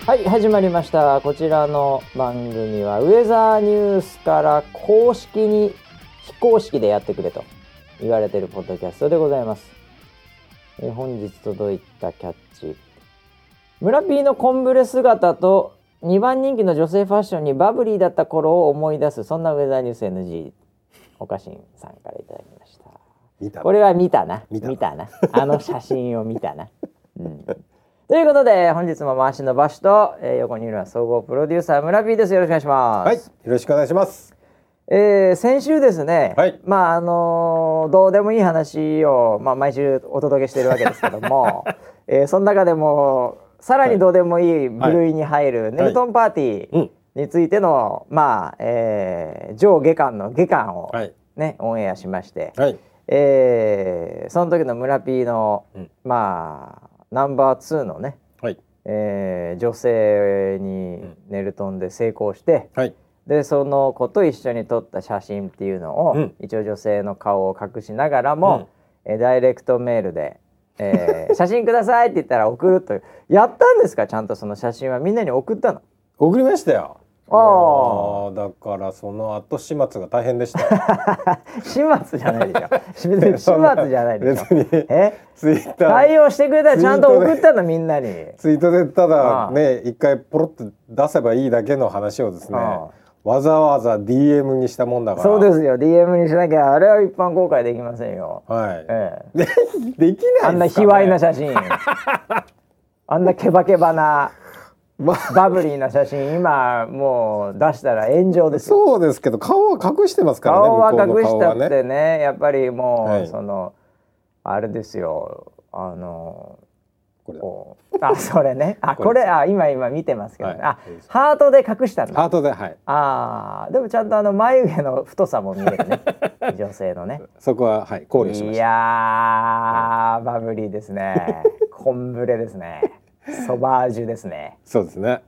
はい、始まりました。こちらの番組はウェザーニュースから公式に非公式でやってくれと言われているポッドキャストでございます。本日届いたキャッチ、村 P のコンブレ姿と2番人気の女性ファッションにバブリーだった頃を思い出す、そんなウェザーニュース NG。 おかしんさんからいただきました。これは見たなあの写真を見たな、ということで本日も回しのバシと、横にいるのは総合プロデューサー村 P です。よろしくお願いします。 はい、よろしくお願いします。 先週ですね、はい、どうでもいい話を、毎週お届けしているわけですけども、その中でもさらにどうでもいい部類に入るネルトンパーティーについての、上下巻の下巻を、オンエアしまして、その時の村 P の、ナンバー2のね、女性にネルトンで成功して、でその子と一緒に撮った写真っていうのを、一応女性の顔を隠しながらも、ダイレクトメールで、写真くださいって言ったら送るという。やったんですか？ちゃんとその写真はみんなに送ったの？ 送りましたよ。だからその後始末が大変でした。 始末じゃないでしょ。始末じゃないでしょ。 別にツイッター対応してくれたらちゃんと送ったのみんなに。 ツイートでただね一回ポロッと出せばいいだけの話をですね、わざわざ DM にしたもんだから。そうですよ。 DM にしなきゃあれは一般公開できませんよ。 できない。 あんな卑猥な写真あんなケバケバなバブリーな写真今もう出したら炎上ですよ。 そうですけど顔は隠してますからね。 顔は隠したってね、やっぱりもう、そのあれですよ、これそれね、これ今見てますけどね、ハートで隠したんだ。 ハートで、 でもちゃんと眉毛の太さも見えるね女性のね。 そこは考慮しました。いやバブリーですね。コンブレですね。ソバージュですね。 そうですね。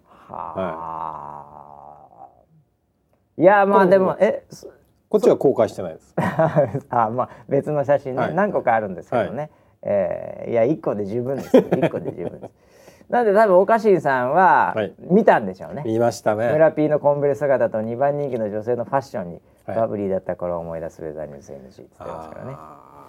いやでもこっちは公開してないです。 別の写真ね、何個かあるんですけどね、いや1個で十分です。1個で十分です。なんで多分おかしんさんは見たんでしょうね。 見ましたね。 村 P のコンブレ姿と2番人気の女性のファッションにバブリーだった頃を思い出すウェザーニュース NG って言ってますからね。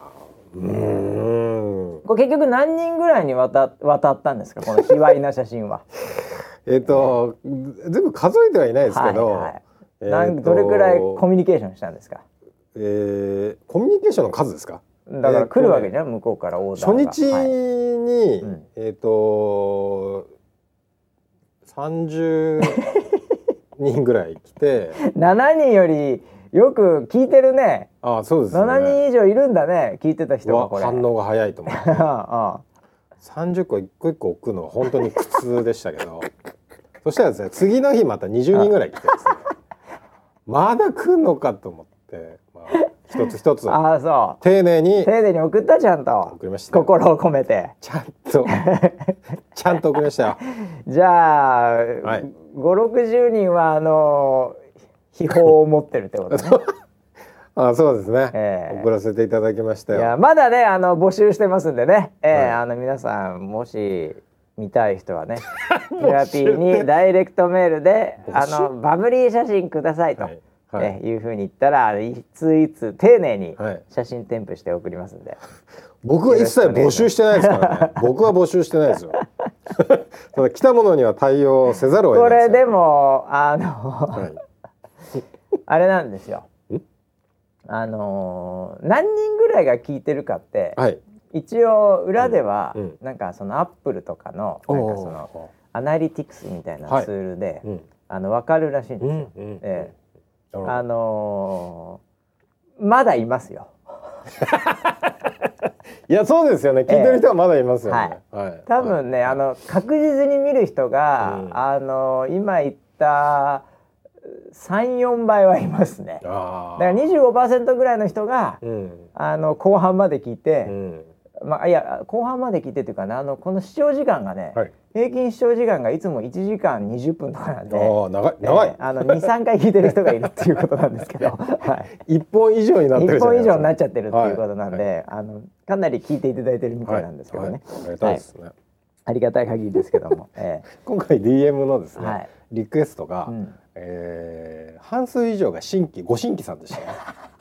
これ結局何人ぐらいに渡ったんですか、この卑猥な写真は。 全部数えてはいないですけど、 どれくらいコミュニケーションしたんですか？ コミュニケーションの数ですか？ だから来るわけじゃん、向こうからオーダーが。 初日に、30人ぐらい来て 7人よりよく聞いてるね。 そうですね。 7人以上いるんだね、聞いてた人が。これ反応が早いと思って30個一個一個置くのは本当に苦痛でしたけどそしたらですね、次の日また20人ぐらい来てですねまだ来んのかと思って、一つ一つ丁寧に送った。ちゃんと送りました。 心を込めてちゃんと送りましたよ。 じゃあ、5060人は秘宝を持ってるってことね。 そうですね、送らせていただきましたよ。 いやまだね募集してますんでね、皆さんもし見たい人はね村 P にダイレクトメールでバブリー写真くださいと、いうふうに言ったらいついつ丁寧に写真添付して送りますんで。 僕は一切募集してないですからね。僕は募集してないですよ。ただ来たものには対応せざるを得ないですよ。 これでもあれなんですよ。何人ぐらいが聞いてるかって、一応裏では、なんかそのアップルとかのなんかそのアナリティクスみたいなツールで、分かるらしいんですよ。まだいますよ。 いやそうですよね。聞いてる人はまだいますよね。 多分ね、確実に見る人が、今言った3、4倍はいますね。だから 25% ぐらいの人が、後半まで聞いて、いや後半まで聞いてっていうかね、この視聴時間がね、平均視聴時間がいつも1時間20分とかなんで、 長い。 2,3 回聞いてる人がいるっていうことなんですけど、 1本以上になってるじゃないですか。 1本以上になっちゃってるっていうことなんで、かなり聞いていただいてるみたいなんですけどね。 ありがたい限りですけども、 今回 DM のですね、 はい、 リクエストが、半数以上がご新規さんでしたね。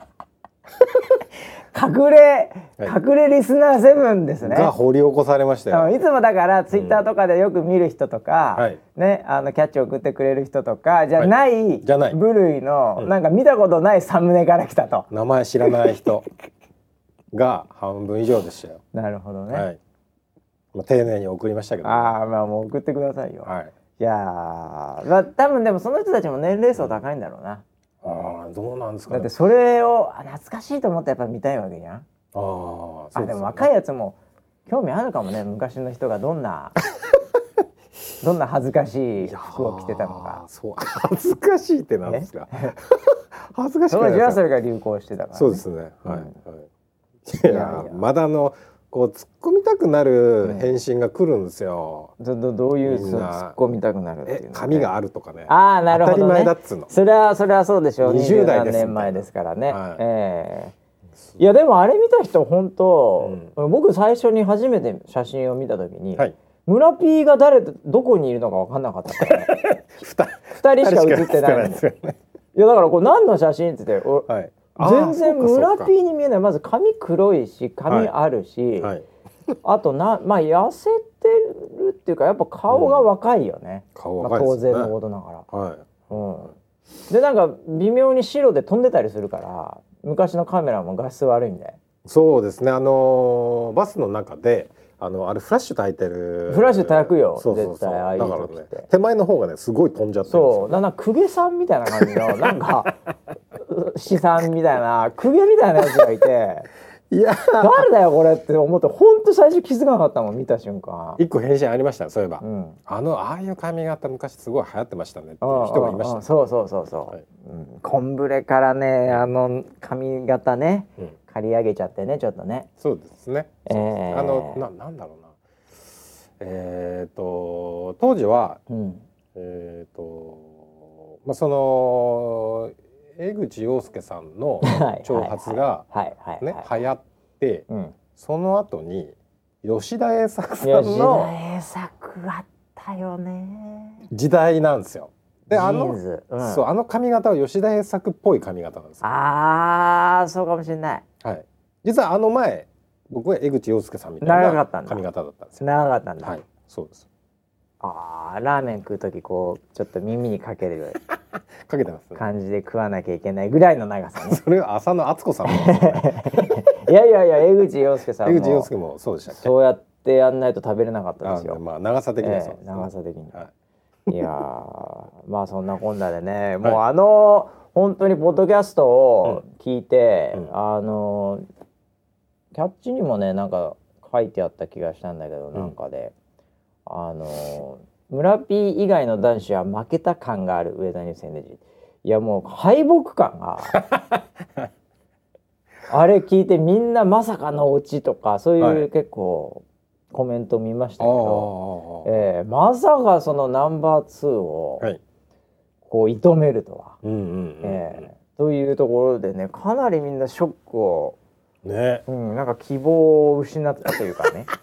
隠れリスナー7ですね。 が掘り起こされましたよ。 いつもだからツイッターとかでよく見る人とか、ね、キャッチ送ってくれる人とかじゃない部類の、なんか見たことないサムネから来たと。 名前知らない人が半分以上でしたよ。 なるほどね。 丁寧に送りましたけど、 まあもう送ってくださいよ。いや多分でもその人たちも年齢層高いんだろうな。 どうなんですかね。 だってそれを懐かしいと思ってやっぱ見たいわけじゃん。でも若いやつも興味あるかもね。昔の人がどんな恥ずかしい服を着てたのか。 恥ずかしいってなんですか。恥ずかしくないですか。 当時はそれが流行してたからね。 そうですね。いやまだこう突っ込みたくなる返信が来るんですよ。 どういう突っ込みたくなるっていうの、 髪があるとかね。 なるほどね。当たり前だっつうの。 それはそうでしょう。 20代です。 20年前ですからね。いやでもあれ見た人本当、僕最初に初めて写真を見た時に、村 P がどこにいるのか分かんなかったから、2人しか写ってないんですよ。いやだからこれ何の写真って言って。全然村 P に見えない。まず髪黒いし髪あるし、あと痩せてるっていうかやっぱ顔が若いよね。当然のことながら。でなんか微妙に白で飛んでたりするから昔のカメラも画質悪いんで。 そうですね。バスの中であれフラッシュ焚いてる。 フラッシュ焚くよ絶対。ああいう時って。 手前の方がねすごい飛んじゃってるんですよ。 そうなんか公家さんみたいな感じのなんか資産みたいな公家みたいなやつがいていや誰だよこれって思って本当最初気づかなかったもん見た瞬間。 一個返信ありましたそういえば、ああいう髪型昔すごい流行ってましたねっていう人がいました。 そう、コンブレからね髪型ね、刈り上げちゃってねちょっとね。 そうですね。なんだろうな当時は、その江口洋介さんの長髪がね流行って、その後に吉田栄作さんの吉田栄作あったよね時代なんですよ。であの髪型は吉田栄作っぽい髪型なんですよ。 そうかもしれない。 実は前僕は江口洋介さんみたいな髪型だったんですよ。 長かったんだ。 そうです。 ラーメン食う時こうちょっと耳にかけるかけてます感じで食わなきゃいけないぐらいの長さね。 それは浅野敦子さんもいや江口洋介さんも江口洋介もそうでしたっけ。 そうやってやんないと食べれなかったですよ。 長さ的にはそうです、 長さ的に、いやまあそんなこんなでね、もう本当にポッドキャストを聞いて、キャッチにもねなんか書いてあった気がしたんだけど、なんかで村 P 以外の男子は負けた感がある上田入選で、いやもう敗北感があれ聞いてみんなまさかのオチとかそういう結構コメント見ましたけど、まさかそのナンバー2をこう射止めるとはというところでね、かなりみんなショックをね、なんか希望を失ったというかね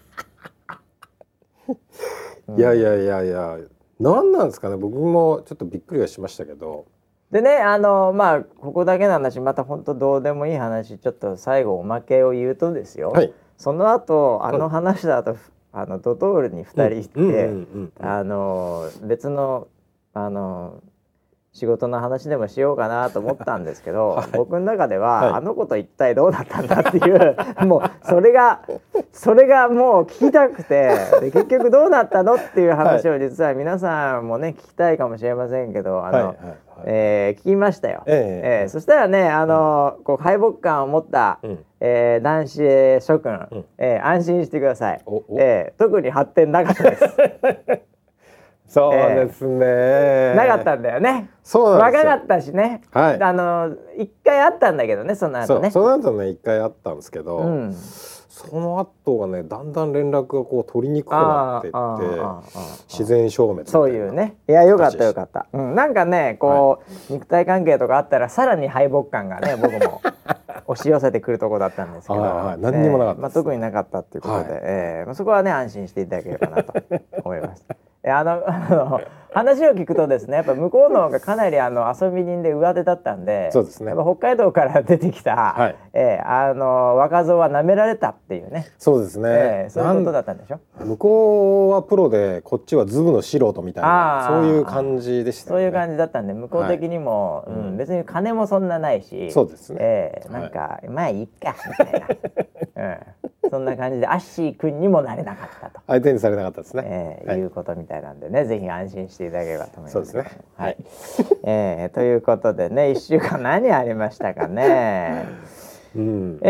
いや何なんですかね。僕もちょっとびっくりはしましたけど。 でねここだけの話、また本当どうでもいい話、ちょっと最後おまけを言うとですよ、その後話だとドトールに2人行って別の仕事の話でもしようかなと思ったんですけど、僕の中では、あの子と一体どうだったんだっていうもうそれがもう聞きたくて、で結局どうなったのっていう話を実は皆さんもね聞きたいかもしれませんけど聞きましたよ。そしたらねこう敗北感を持った、男子諸君、安心してください。特に発展なかったです。 そうですね、 なかったんだよね。 そうなんですよ。 若かったしね、一回あったんだけどね、その後ね。 その後ね一回あったんですけど、その後はねだんだん連絡がこう取りにくくなっていって自然消滅みたいな。 そういうね。いやよかった、なんかねこう、肉体関係とかあったらさらに敗北感がね僕も押し寄せてくるところだったんですけど、 何にもなかったです、 特になかったっていうことで、そこはね安心していただければなと思います。話を聞くとですね、やっぱ向こうの方がかなり遊び人で上手だったんで、 そうですね、 やっぱ北海道から出てきた、若造は舐められたっていうね。 そうですね、 そういうことだったんでしょ。 向こうはプロでこっちはズブの素人みたいな、そういう感じでしたね。 そういう感じだったんで、向こう的にも、別に金もそんなないし、 そうですね、 なんか、まあいいかみたいな、そんな感じでアッシー君にもなれなかったと、 相手にされなかったですね、 いうことみたいなんでね、ぜひ安心していただければと思います。 そうですね、 はい、ということでね、1週間何ありましたかね。コ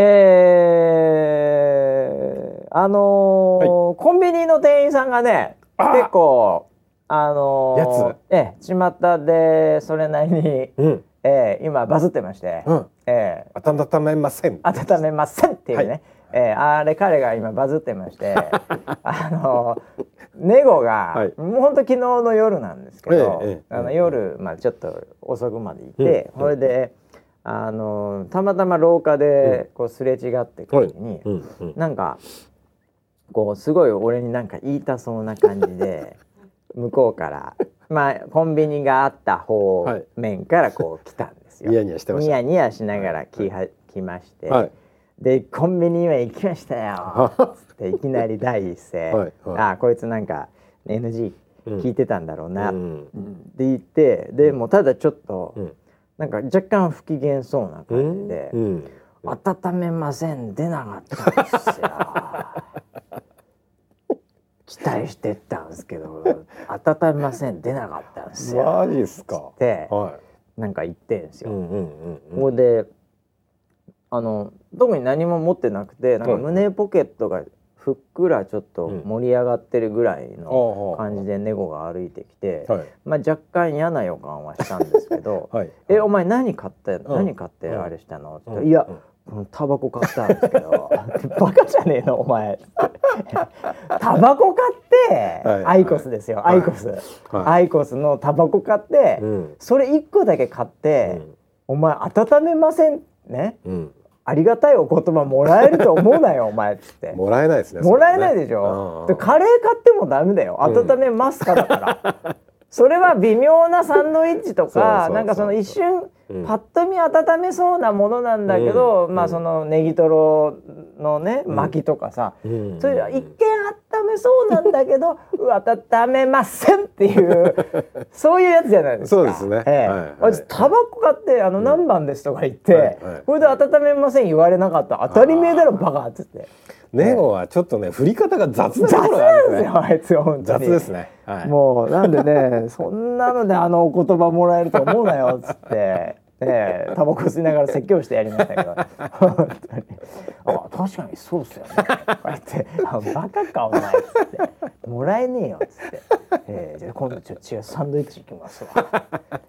ンビニの店員さんがね、結構巷でそれなりに、今バズってまして、 温めませんっていうね、あれ彼が今バズってましてネゴが、もうほんと昨日の夜なんですけど、夜、ちょっと遅くまでいて、それでたまたま廊下でこうすれ違ってくる時に、なんかこうすごい俺になんか言いたそうな感じで向こうからコンビニがあった方面からこう来たんですよ。 ニヤニヤしてました。 ニヤニヤしながら来まして、でコンビニは行きましたよっていきなり第一声こいつなんか NG 聞いてたんだろうなって言って、でもうただちょっとなんか若干不機嫌そうな感じで、温めません出なかったんですよ期待してたんですけど温めません出なかったんですよ。 マジっすか。 ってなんか言ってんですよ。これで特に何も持ってなくて、なんか胸ポケットがふっくらちょっと盛り上がってるぐらいの感じでネゴが歩いてきて、若干嫌な予感はしたんですけど「お前何買ってあれしたの?」って言ったら「いやこのタバコ買ったんですけどバカじゃねえのお前」タバコ買ってアイコスですよ、アイコスのタバコ買って、それ1個だけ買って「お前温めませんね」ありがたいお言葉もらえると思うなよお前っつってもらえないですね。 もらえないでしょ。でカレー買ってもダメだよ、温めますかだからそれは微妙なサンドイッチとかなんかその一瞬パッと見温めそうなものなんだけど、そのネギトロのね巻きとかさ、それ一見温めそうなんだけど温めませんっていうそういうやつじゃないですか。 そうですね。 タバコ買って何番ですとか言ってこれで温めません言われなかったら当たり前だろバカっつって。 ネゴはちょっとね振り方が雑なところがあるんですよ。 あいつは本当に雑ですね。 もうなんでねそんなのでお言葉もらえると思うなよっつってタバコ吸いながら説教してやりましたけど本当に確かにそうっすよねこうやってバカかお前っつってもらえねえよっつってじゃあ今度違うサンドイッチ行きますわ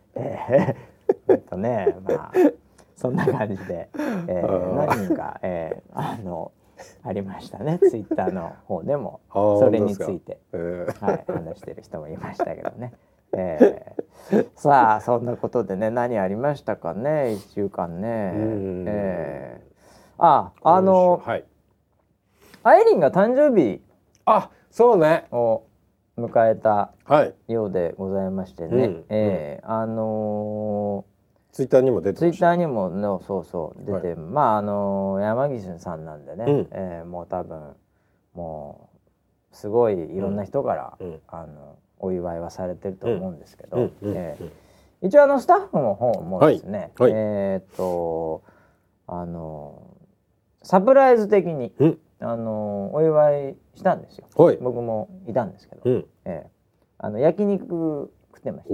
そんな感じで何人かありましたね。ツイッターの方でもそれについて、話してる人もいましたけどね。さあそんなことでね何ありましたかね1週間ね。アイリンが誕生日そうねを迎えたようでございましてね。 ツイッターにも出てました。 ツイッターにもそう出て、山岸さんなんでね、もう多分もうすごいいろんな人から、お祝いはされてると思うんですけど、一応スタッフの方もですね、サプライズ的に、お祝いしたんですよ。僕もいたんですけど、焼肉食ってまして。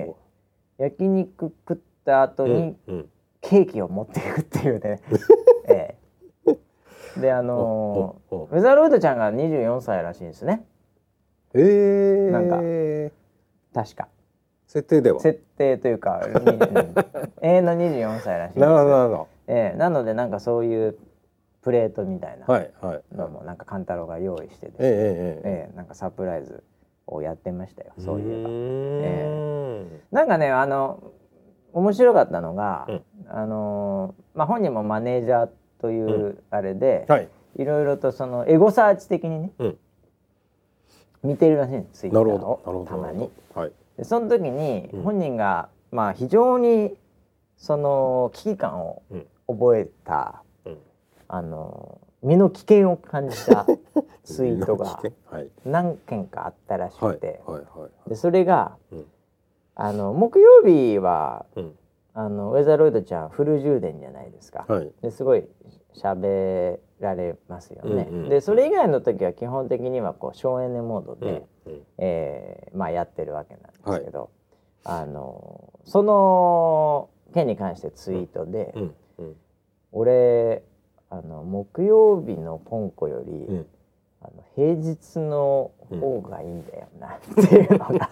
焼肉食った後にケーキを持っていくっていうねでウェザーロイドちゃんが24歳らしいんですね。なんか確か設定というか永遠の24歳らしいんです。 なるほど。 なのでなんかそういうプレートみたいなのもなんか勘太郎が用意してて、なんかサプライズをやってましたよ。そういえばなんかね面白かったのが、 本人もマネージャーというあれで、 はい、 いろいろとそのエゴサーチ的にね、見てるらしいんです、ツイッターをたまに。 はい、でその時に本人が、非常にその危機感を覚えた、身の危険を感じたツイートが何件かあったらしくて、でそれが、木曜日は、ウェザーロイドちゃんフル充電じゃないですか、ですごい喋られますよね。でそれ以外の時は基本的にはこう省エネモードで、やってるわけなんですけど、その件に関してツイートで、俺木曜日のポンコより、平日の方がいいんだよな、っていうのが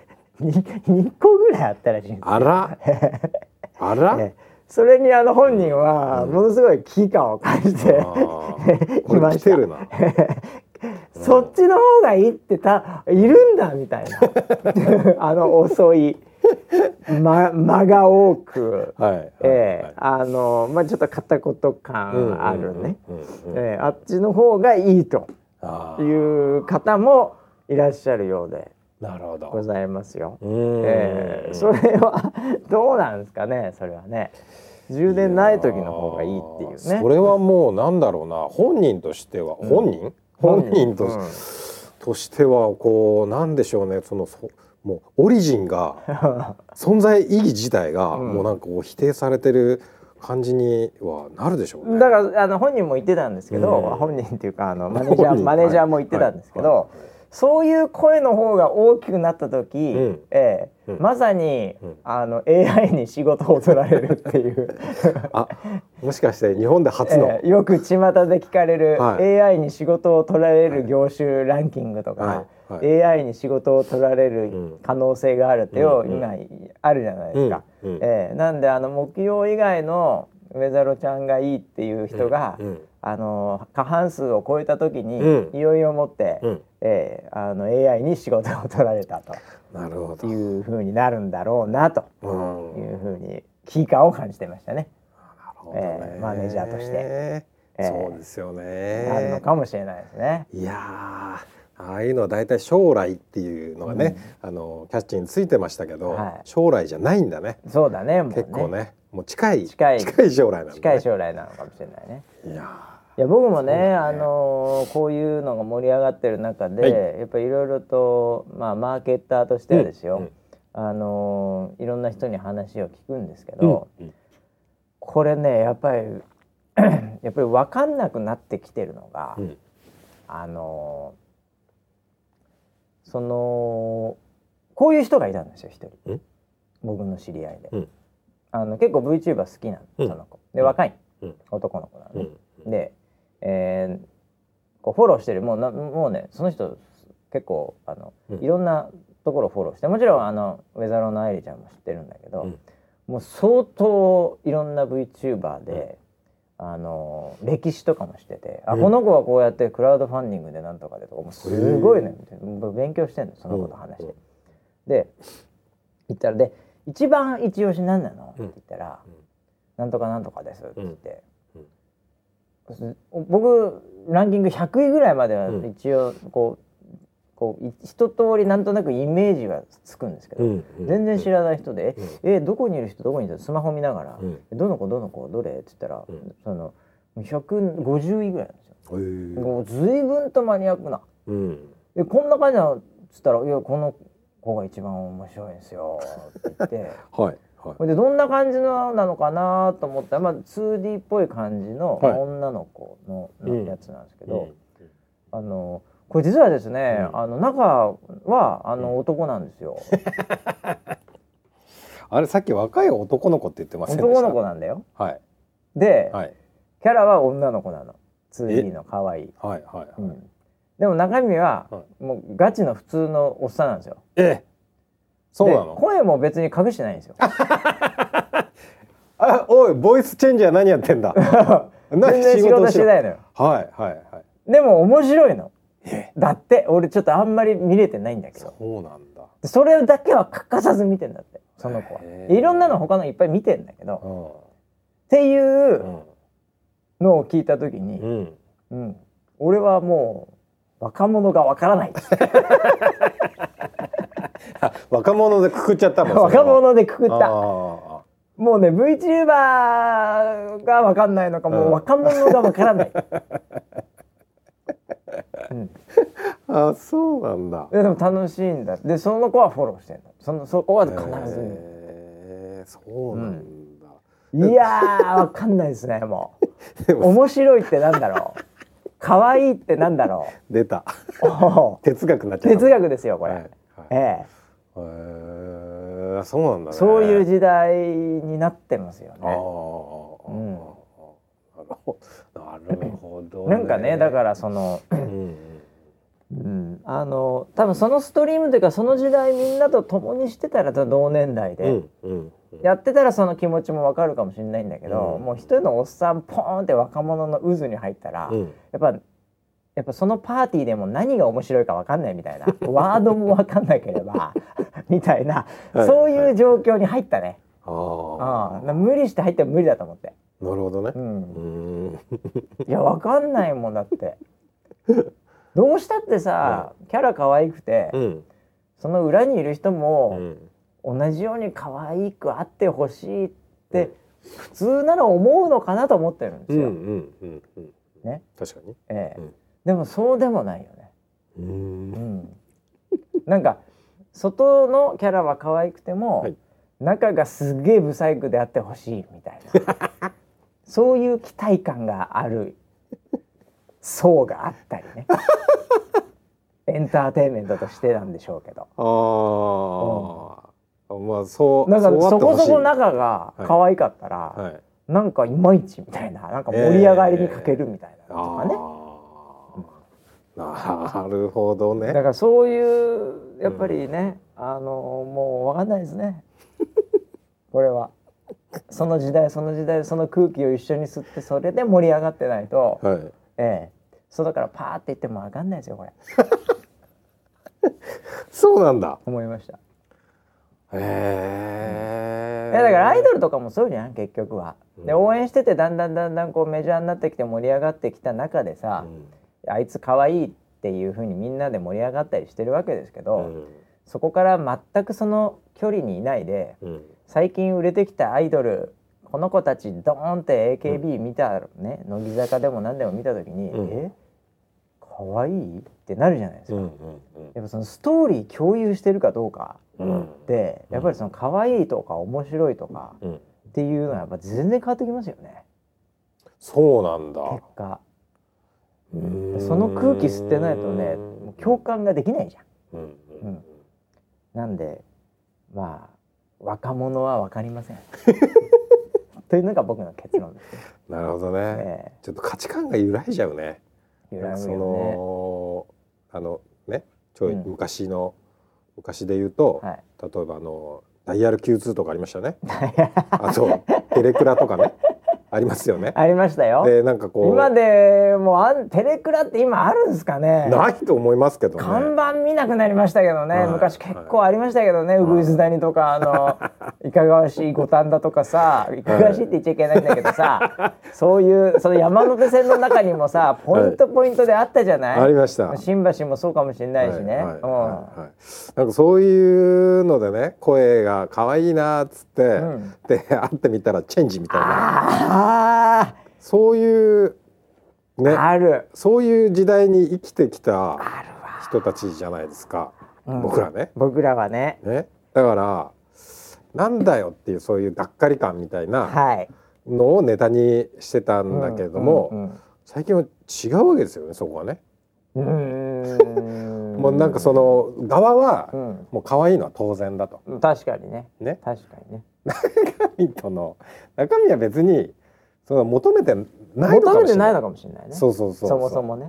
2個ぐらいあったらしいんですよ。 あらあらそれに本人はものすごい危機感を感じていました。そっちの方がいいっているんだみたいな遅い間が多く、ちょっと片言感あるね、あっちの方がいいという方もいらっしゃるようでございますよ。それはどうなんですかね。それはね、充電ない時の方がいいっていうね。 それはもうなんだろうな、本人としては、本人としてはこうなんでしょうね、もうオリジンが存在意義自体がもうなんかこう否定されてる感じにはなるでしょうね。 だから本人も言ってたんですけど、本人っていうかマネージャーも言ってたんですけど、そういう声の方が大きくなった時、まさに、AI に仕事を取られるっていうもしかして日本で初の、 よく巷で聞かれる、AI に仕事を取られる業種ランキングとか、AI に仕事を取られる可能性があるって今あるじゃないですか。なんで木曜以外のウェザロちゃんがいいっていう人が、過半数を超えた時に、いよいよもって、AI に仕事を取られたというふうになるんだろうなというふうに危機感を感じてましたね。マネージャーとして、 そうですよね。 あるのかもしれないですね。 いやああいうのはだいたい将来っていうのがね、キャッチについてましたけど、将来じゃないんだね。 そうだね、もうね、 結構ね、もう近い将来なんだね。 近い将来なのかもしれないね。いや僕もね、こういうのが盛り上がってる中で、やっぱりいろいろとマーケッターとしてはですよ、いろんな人に話を聞くんですけど、これねやっぱり分かんなくなってきてるのが、こういう人がいたんですよ、一人。僕の知り合いで、結構 VTuber 好きなの、その子で、若い男の子なので、こうフォローしてる、もうね、その人結構いろんなところをフォローして、もちろんウェザロの愛理ちゃんも知ってるんだけど、もう相当いろんな VTuber で、歴史とかもしてて、この子はこうやってクラウドファンディングでなんとかでとか、もうすごいね、勉強してんの、そのこと話して。で言ったら、で一番一押し何なのって言ったら、なんとかなんとかですって言って、僕ランキング100位ぐらいまでは一応こう一通りなんとなくイメージはつくんですけど、全然知らない人で「どこにいる人どこにいる人?」スマホ見ながら「どの子どの子どれ?」って言ったら、その150位ぐらいなんですよ。もう随分とマニアックな。こんな感じなのっつったら「いやこの子が一番面白いんですよ」って言ってでどんな感じのなのかなと思ったら、2D っぽい感じの女の子のやつなんですけど、これ実はですね、中は男なんですよ。 あれさっき若い男の子って言ってませんでした？ 男の子なんだよ。で、キャラは女の子なの。2D の可愛い。でも中身はもうガチの普通のおっさんなんですよ。そうなの？声も別に隠してないんですよ。 おい、ボイスチェンジャー何やってんだ。 全然仕事してないのよ。でも面白いの。だって俺ちょっとあんまり見れてないんだけど。 そうなんだ。 それだけは欠かさず見てんだって、その子は。いろんなの他のいっぱい見てんだけど、 っていうのを聞いた時に、俺はもう若者がわからない若者でくくっちゃったもん。 若者でくくった。もうね VTuber がわかんないのか、もう若者がわからない。 あ、そうなんだ。 でも楽しいんだ。でその子はフォローしてんの。そこは必ず、 そうなんだ。 いやーわかんないですね。もう面白いってなんだろう、可愛いってなんだろう。出た。哲学になっちゃった。 哲学ですよこれ。 そうなんだね。 そういう時代になってますよね。 なるほどね。 なんかね、だからその多分そのストリームというかその時代みんなと共にしてたら同年代でやってたらその気持ちもわかるかもしれないんだけど、もう一人のおっさんポーンって若者の渦に入ったら、やっぱそのパーティーでも何が面白いか分かんないみたいなワードも分かんなければみたいな、そういう状況に入ったね。無理して入っても無理だと思って。 なるほどね。 いや分かんないもんだって。どうしたってさ、キャラ可愛くて、その裏にいる人も同じように可愛くあってほしいって普通なら思うのかなと思ってるんですよ。ね、 確かに。 でもそうでもないよね。なんか外のキャラは可愛くても、中がすげえブサイクであってほしいみたいなそういう期待感がある層があったりねエンターテインメントとしてなんでしょうけど。 まあそうなんかそこそこ仲が可愛かったら、なんかいまいちみたいな、なんか盛り上がりに欠けるみたいなとかね。 なるほどね。 だからそういうやっぱりね、もう分かんないですねこれは。その時代その時代その空気を一緒に吸ってそれで盛り上がってないと、そうだからパーって言っても分かんないですよこれそうなんだ。 思いました。だからアイドルとかもそうじゃん結局は。で応援しててだんだんこうメジャーになってきて盛り上がってきた中でさ、あいつ可愛いっていう風にみんなで盛り上がったりしてるわけですけど、そこから全くその距離にいないで、最近売れてきたアイドルこの子たちドーンって AKB 見たね、乃木坂でも何でも見た時に、可愛いってなるじゃないですか。やっぱそのストーリー共有してるかどうかで、やっぱりその可愛いとか面白いとかっていうのはやっぱ全然変わってきますよね。 そうなんだ。 結果その空気吸ってないとね、共感ができないじゃん。なんでまあ若者は分かりませんというのが僕の結論です。 なるほどね。ちょっと価値観が揺らいじゃうね。 揺らぐよね。ちょい昔で言うと、例えばダイヤル Q2 とかありましたねあとテレクラとかねありますよね。 ありましたよ。 でなんかこう今でもテレクラって今あるんですかね。 ないと思いますけどね。 看板見なくなりましたけどね、昔結構ありましたけどね、うぐいす谷とかいかがわしい五反田とかさ、いかがわしいって言っちゃいけないんだけどさ、そういうその山手線の中にもさポイントであったじゃない。 ありました。 新橋もそうかもしれないしね。 なんかそういうのでね、声が可愛いなっつって、で会ってみたらチェンジみたいな。そういうね、そういう時代に生きてきた人たちじゃないですか、僕らはね。だからなんだよっていうそういうがっかり感みたいなのをネタにしてたんだけれども、最近は違うわけですよね、そこはね。もうなんかその側はもう可愛いのは当然だと。 確かにね。確かにね。 中身は別にその求めてないのかもしれないね。そうそもそもね。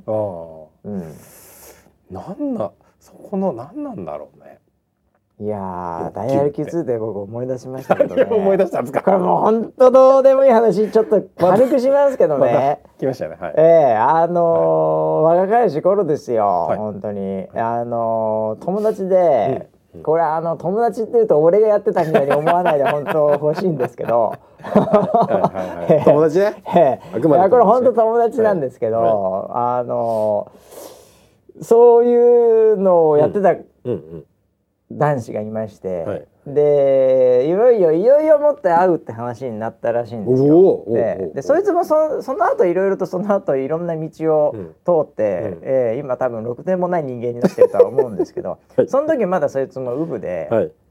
そこの何なんだろうね。 いやダイヤル Q2 で僕思い出しましたけどね。 思い出したんですか。 これもう本当どうでもいい話、ちょっと軽くしますけどね。 来ましたね。 若かりし頃ですよ、本当に友達で、 これ友達っていうと俺がやってたみたいに思わないで本当欲しいんですけど友達ねあくまで友達、 いやこれ本当友達なんですけど、そういうのをやってた男子がいまして、でいよいよもって会うって話になったらしいんですよ。でそいつもその後いろいろとその後いろんな道を通って、今多分ろくでもない人間になってるとは思うんですけど、その時まだそいつもウブで、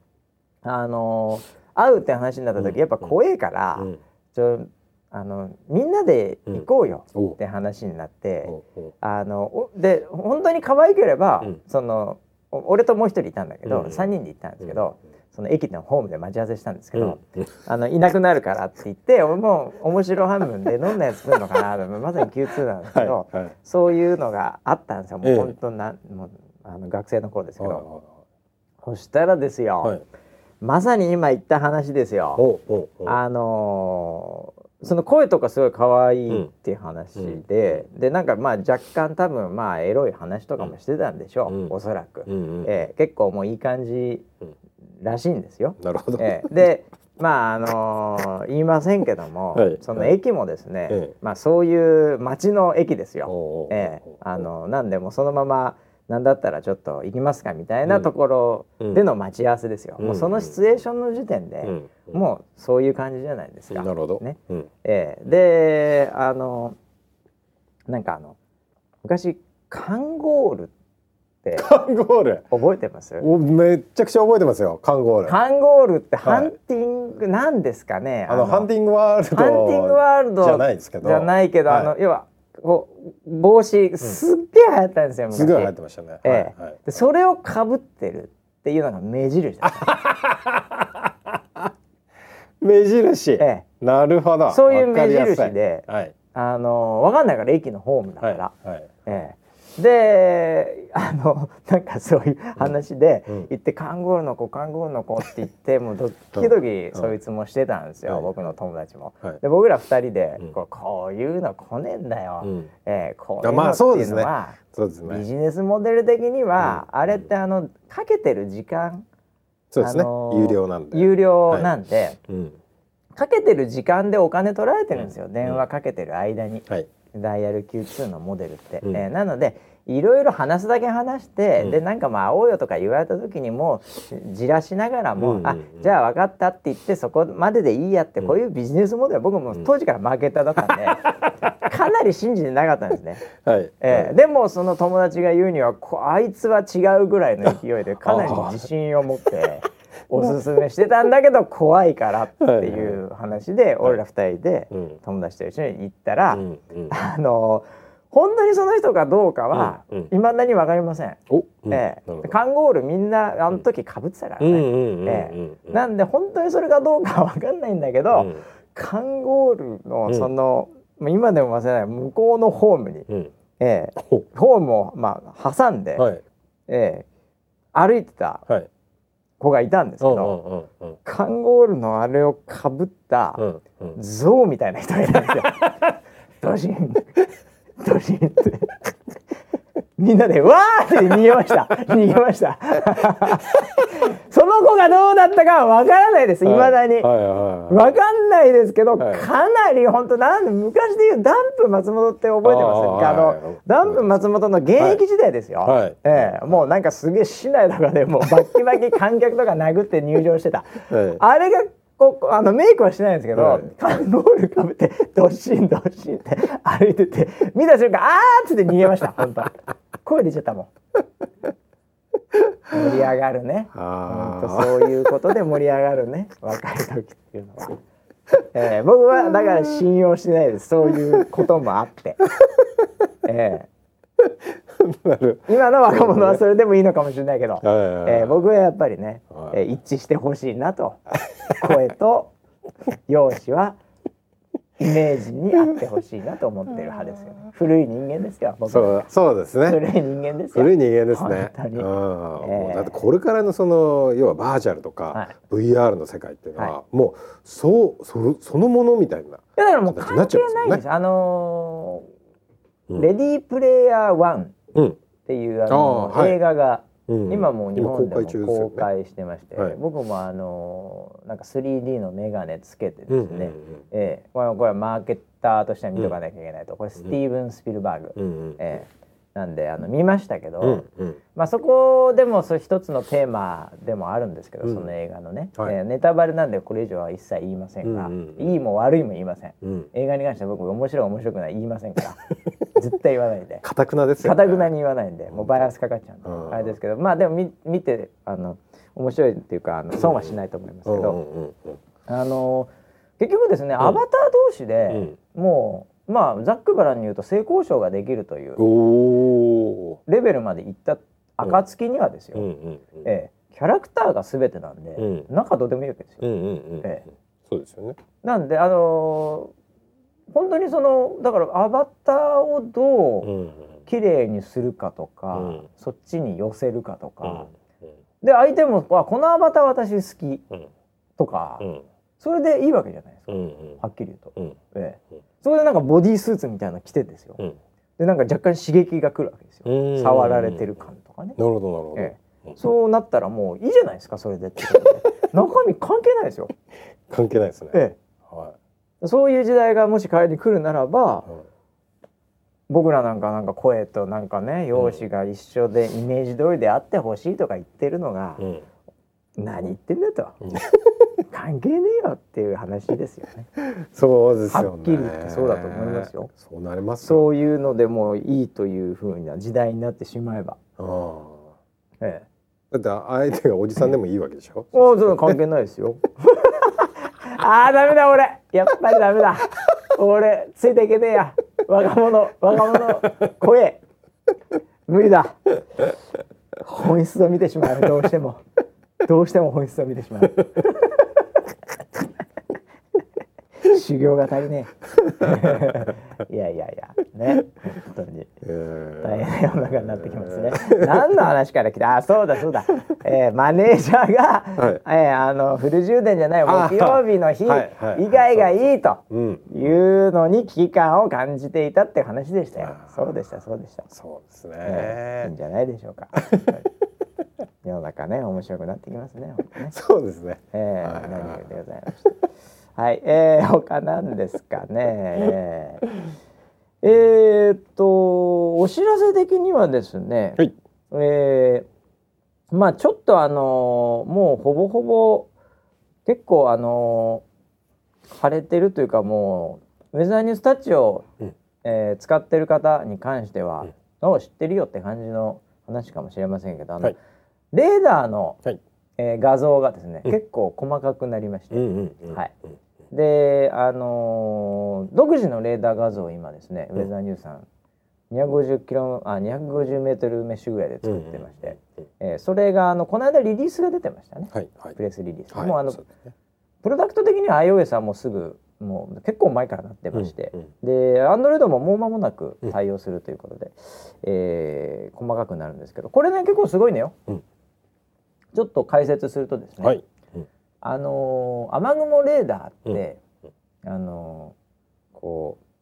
会うって話になった時やっぱ怖えから、みんなで行こうよって話になって、で本当に可愛ければ、俺ともう一人いたんだけど、3人で行ったんですけど、その駅のホームで待ち合わせしたんですけど、いなくなるからって言って俺も面白半分でどんなやつ来るのかなとまさに Q2 なんですけど、そういうのがあったんですよ。もう本当もう学生の頃ですけど、そしたらですよ、まさに今言った話ですよ。その声とかすごい可愛いっていう話で、でなんかまあ若干多分まあエロい話とかもしてたんでしょう、おそらく。結構もういい感じらしいんですよ。 なるほど。 でまあ言いませんけども、その駅もですね、まあそういう街の駅ですよ。なんでもそのままなんだったらちょっと行きますかみたいなところでの待ち合わせですよ。もうそのシチュエーションの時点でもうそういう感じじゃないですか。 なるほど。 ね。でなんか昔カンゴールってカンゴール覚えてます？ めっちゃくちゃ覚えてますよ。カンゴール。 カンゴールってハンティングなんですかね。 ハンティングワールドじゃないですけど。 じゃないけど要は帽子すっげえ流行ったんですよ。 すごい流行ってましたね。 でそれをかぶってるっていうのが目印だった。 目印。なるほど。 そういう目印で、わかんないから駅のホームだから。でなんかそういう話で行ってカンゴールの子って言ってもうドッキドキそいつもしてたんですよ、僕の友達も。で僕ら2人でこういうの来ねえんだよ、こういうのっていうのはビジネスモデル的にはあれってかけてる時間、 そうですね、有料なんでかけてる時間でお金取られてるんですよ、電話かけてる間に。ダイヤル Q2 のモデルって、なのでいろいろ話すだけ話して、でなんかまあ会おうよとか言われた時にもじらしながらも、じゃあ分かったって言ってそこまででいいやって、こういうビジネスモデルは僕も当時からマーケターだったんでかなり信じてなかったんですね。でもその友達が言うにはあいつは違うぐらいの勢いでかなり自信を持っておすすめしてたんだけど怖いからっていう話で俺ら2人で友達と一緒に行ったら、本当にその人かどうかは未だに分かりません。カンゴールみんな時かぶってたからね。なんで本当にそれかどうかは分かんないんだけど、カンゴールのその今でも忘れない向こうのホームにホームをまあ挟んで歩いてた子がいたんですけど、カンゴールのあれをかぶったゾウみたいな人がいたんですよ。ドシンドシンってみんなでわーって逃げましたその子がどうだったかはわからないです、未だに。わかんないですけど、かなり本当なんで昔でいうダンプ松本って覚えてます？ダンプ松本の現役時代ですよ。もうなんかすげえ市内とかでもうバッキバキ観客とか殴って入場してたあれがメイクはしてないんですけど、カンゴールかぶってドッシンって歩いてて、見た瞬間あーっつって逃げました。本当声出ちゃったもん。盛り上がるね。そういうことで盛り上がるね、若い時っていうのは。僕はだから信用してないです、そういうこともあって。今の若者はそれでもいいのかもしれないけど、僕はやっぱりね、一致してほしいなと。声と容姿はイメージにあってほしいなと思ってる派ですよ。古い人間ですよ、僕は。 そうですね。 古い人間ですよ。 古い人間ですね。だってこれからのその要はバーチャルとか VR の世界っていうのはもうそのものみたいなだからもう関係ないんです。レディープレイヤー1っていう映画が今もう日本でも公今開してまして、僕もなんか 3D のメガネつけてですね、これはマーケッターとしては見とかなきゃいけないと、これスティーブン・スピルバーグ、なんで見ましたけど、まあそこでもそれ一つのテーマでもあるんですけど、その映画のね、ネタバレなんでこれ以上は一切言いませんが、いいも悪いも言いません、映画に関しては僕面白い面白くない言いませんから絶対言わないんで、 堅くなですよね。 堅くなに言わないんで、もうバイアスかかっちゃうんで、あれですけど、まあでも見て面白いっていうか損はしないと思いますけど、結局ですね、アバター同士で、もうまあざっくばらんに言うと性交渉ができるというレベルまでいった暁にはですよ、キャラクターが全てなんで、中どうでもいいわけですよ。 そうですよね。 なんで本当にだからアバターをどう綺麗にするかとか、そっちに寄せるかとか、で相手もこのアバター私好きとか、それでいいわけじゃないですか、はっきり言うと。それでなんかボディースーツみたいなの着てですよ、でなんか若干刺激が来るわけですよ、触られてる感とかね。 なるほどなるほど、 そうなったらもういいじゃないですか、それでってことで中身関係ないですよ。 関係ないですね。 そういう時代がもし仮に来るならば、僕らなんか声となんかね容姿が一緒でイメージ通りであってほしいとか言ってるのが、何言ってんだと関係ねえよっていう話ですよね。 そうですよね。 はっきり言ってそうだと思いますよ。 そうなります。 そういうのでもいいという風な時代になってしまえば。 だって相手がおじさんでもいいわけでしょ。 そう関係ないですよ。ダメだ俺、やっぱりダメだ。俺ついていけねえや。若者声無理だ。本質を見てしまう、どうしても本質を見てしまう。修行が足りねえ。いやね、本当に大変な世の中になってきますね。何の話から来た？そうだ、マネージャーが、フル充電じゃない木曜日の日以外がいいというのに危機感を感じていたっていう話でしたよ。そうでした。 そうですね。 いいんじゃないでしょうか。世の中ね、面白くなってきますね。 そうですね。 何よりでございました。はい、他なんですかね。お知らせ的にはですね、まあちょっともうほぼほぼ結構晴れてるというか、もうウェザーニュースタッチを、使ってる方に関しては、知ってるよって感じの話かもしれませんけど、レーダーの、画像がですね、結構細かくなりまして、で独自のレーダー画像を今ですね、ウェザーニュースさん250メートルメッシュぐらいで作ってまして、それがこの間リリースが出てましたね、プレスリリース、もうプロダクト的には iOS はもうすぐもう結構前からなってまして、で Android ももう間もなく対応するということで、細かくなるんですけど、これね結構すごいのよ。ちょっと解説するとですね、雨雲レーダーって、こう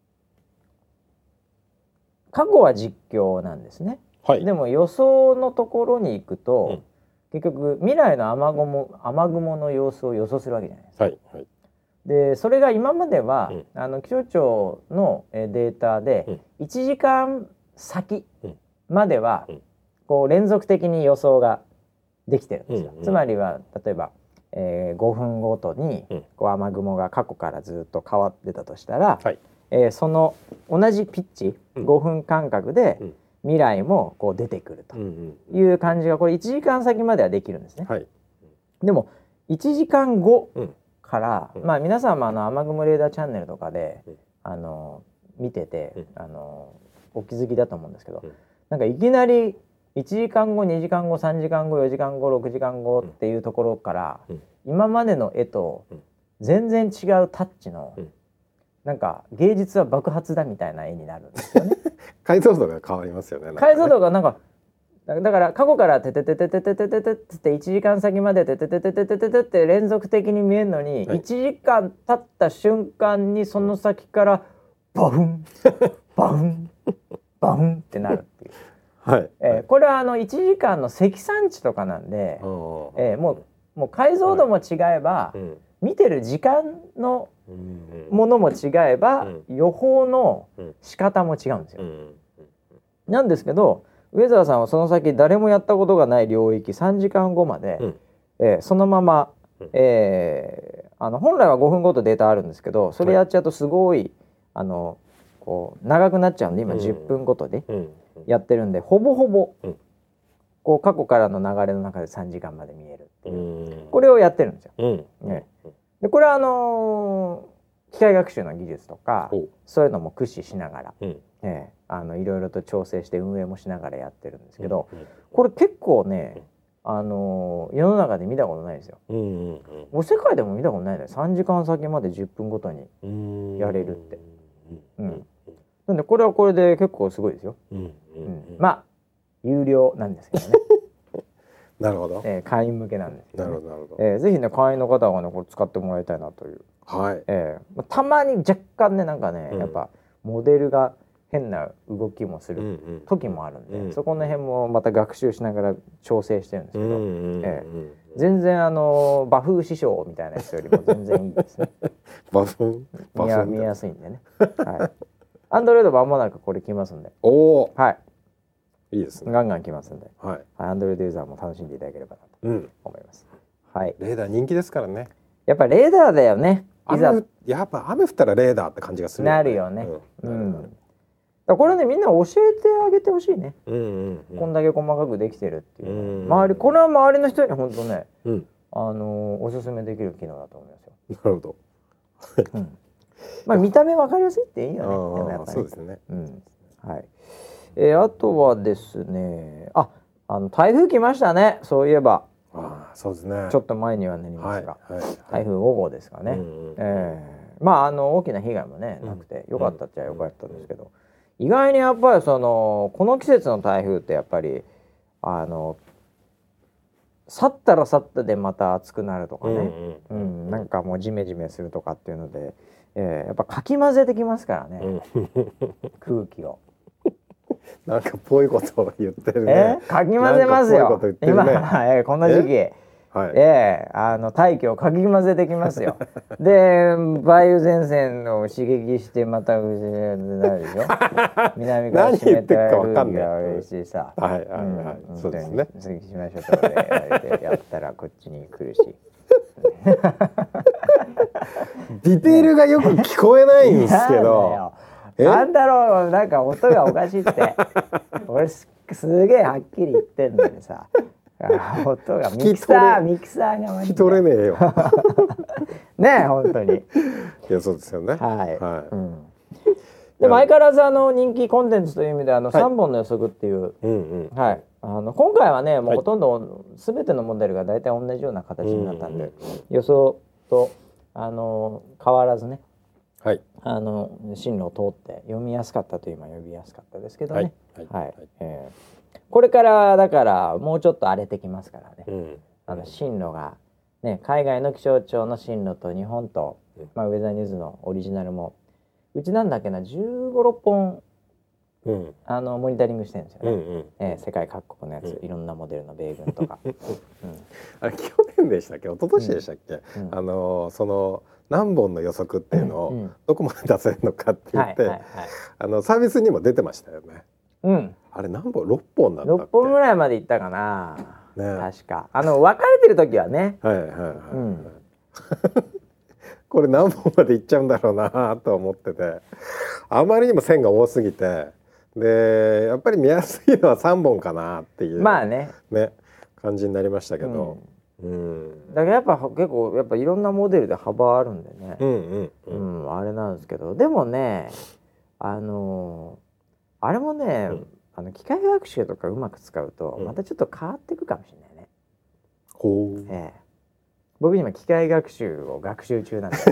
過去は実況なんですね、でも予想のところに行くと、結局未来の雨雲の様子を予想するわけじゃないですか。でそれが今までは、気象庁のデータで、1時間先までは、こう連続的に予想ができてるんですよ。つまりは例えば5分ごとにこう雨雲が過去からずっと変わってたとしたら、その同じピッチ、5分間隔で未来もこう出てくるという感じが、これ1時間先まではできるんですね。でも1時間後から、まあ皆さんも雨雲レーダーチャンネルとかで見ててお気づきだと思うんですけど、なんかいきなり1時間後2時間後3時間後4時間後6時間後っていうところから、今までの絵と全然違うタッチの、なんか芸術は爆発だみたいな絵になるんですよね。 解像度が変わりますよね。 解像度がなんかだから過去からテテテテテテテテテって1時間先までテテテテテテテテって連続的に見えるのに、1時間経った瞬間にその先からバフンバフンバフンってなるっていう。 はい、 これは1時間の積算値とかなんで、もう解像度も違えば、見てる時間のものも違えば、予報の仕方も違うんですよ。なんですけど上澤さんはその先誰もやったことがない領域3時間後まで、そのまま、本来は5分ごとデータあるんですけど、それやっちゃうとすごいこう長くなっちゃうんで、今10分ごとでやってるんで、ほぼほぼこう過去からの流れの中で3時間まで見えるっていう、これをやってるんですよ。でこれは機械学習の技術とかそういうのも駆使しながら、いろいろと調整して運営もしながらやってるんですけど、これ結構ね、世の中で見たことないですよ。もう世界でも見たことないね。3時間先まで10分ごとにやれるって。なんでこれはこれで結構すごいですよ。まあ有料なんですけどね。 なるほど。 会員向けなんですけど、ね。 なるほどなるほど。 ぜひね会員の方はねこれ使ってもらいたいなという。 はい。 たまに若干ねなんかね、やっぱモデルが変な動きもする時もあるんで、そこの辺もまた学習しながら調整してるんですけど、全然バフ師匠みたいなやつよりも全然いいですね。 バフ見やすいんでね。はい。アンドロイド間もなくこれ来ますんで。はい。 いいですね。 ガンガン来ますんで。 はい。 アンドロイドユーザーも楽しんでいただければなと思います。はい。 レーダー人気ですからね。 やっぱレーダーだよね。 やっぱ雨降ったらレーダーって感じがする。 なるよね。これねみんな教えてあげてほしいね。こんだけ細かくできてるっていうの。これは周りの人に本当ね、おすすめできる機能だと思いますよ。 なるほど。 まあ見た目わかりやすいっていいよね。 そうですね。 はい。あとはですね、台風来ましたね。そういえば。 そうですね。 ちょっと前にはなりますが、台風5号ですかね。まあ大きな被害もねなくてよかったっちゃよかったんですけど、意外にやっぱりこの季節の台風ってやっぱり去ったら去ったでまた暑くなるとかね、なんかもうジメジメするとかっていうので、やっぱかき混ぜてきますからね、空気を。 なんかぽいことを言ってるね。 かき混ぜますよ。今この時期。大気をかき混ぜてきますよ。で梅雨前線を刺激してまたなるでしょ。南から湿った空気が嬉しいさ。 そうですね。 次しましょうとやったらこっちに来るし。 ディテールがよく聞こえないんですけど。 なんだろう、なんか音がおかしいって。俺すげえはっきり言ってんのにさ。音がミキサーが聞き取れねえよ。 ね、本当に。 いやそうですよね。 でも相変わらず人気コンテンツという意味で3本の予測っていう、今回はねもうほとんど全てのモデルが大体同じような形になったんで、予想と変わらずね、進路を通って読みやすかったと今呼びやすかったですけどね。これからだからもうちょっと荒れてきますからね、進路がね海外の気象庁の進路と日本と、ウェザーニューズのオリジナルもうちなんだっけな15、6本、モニタリングしてるんですよね、世界各国のやつ、いろんなモデルの米軍とか。 あれ去年でしたっけ一昨年でしたっけ、その何本の予測っていうのをどこまで出せるのかって言ってサービスにも出てましたよね。あれ何本6本だったっけ。6 本ぐらいまでいったかな、確か分かれてる時はね。 これ何本までいっちゃうんだろうなと思ってて、あまりにも線が多すぎて、でやっぱり見やすいのは3本かなっていう感じになりましたけど、だからやっぱ結構やっぱいろんなモデルで幅あるんでね、あれなんですけど、でもねあれもね、機械学習とかうまく使うとまたちょっと変わっていくかもしれないね。僕今機械学習を学習中なんで。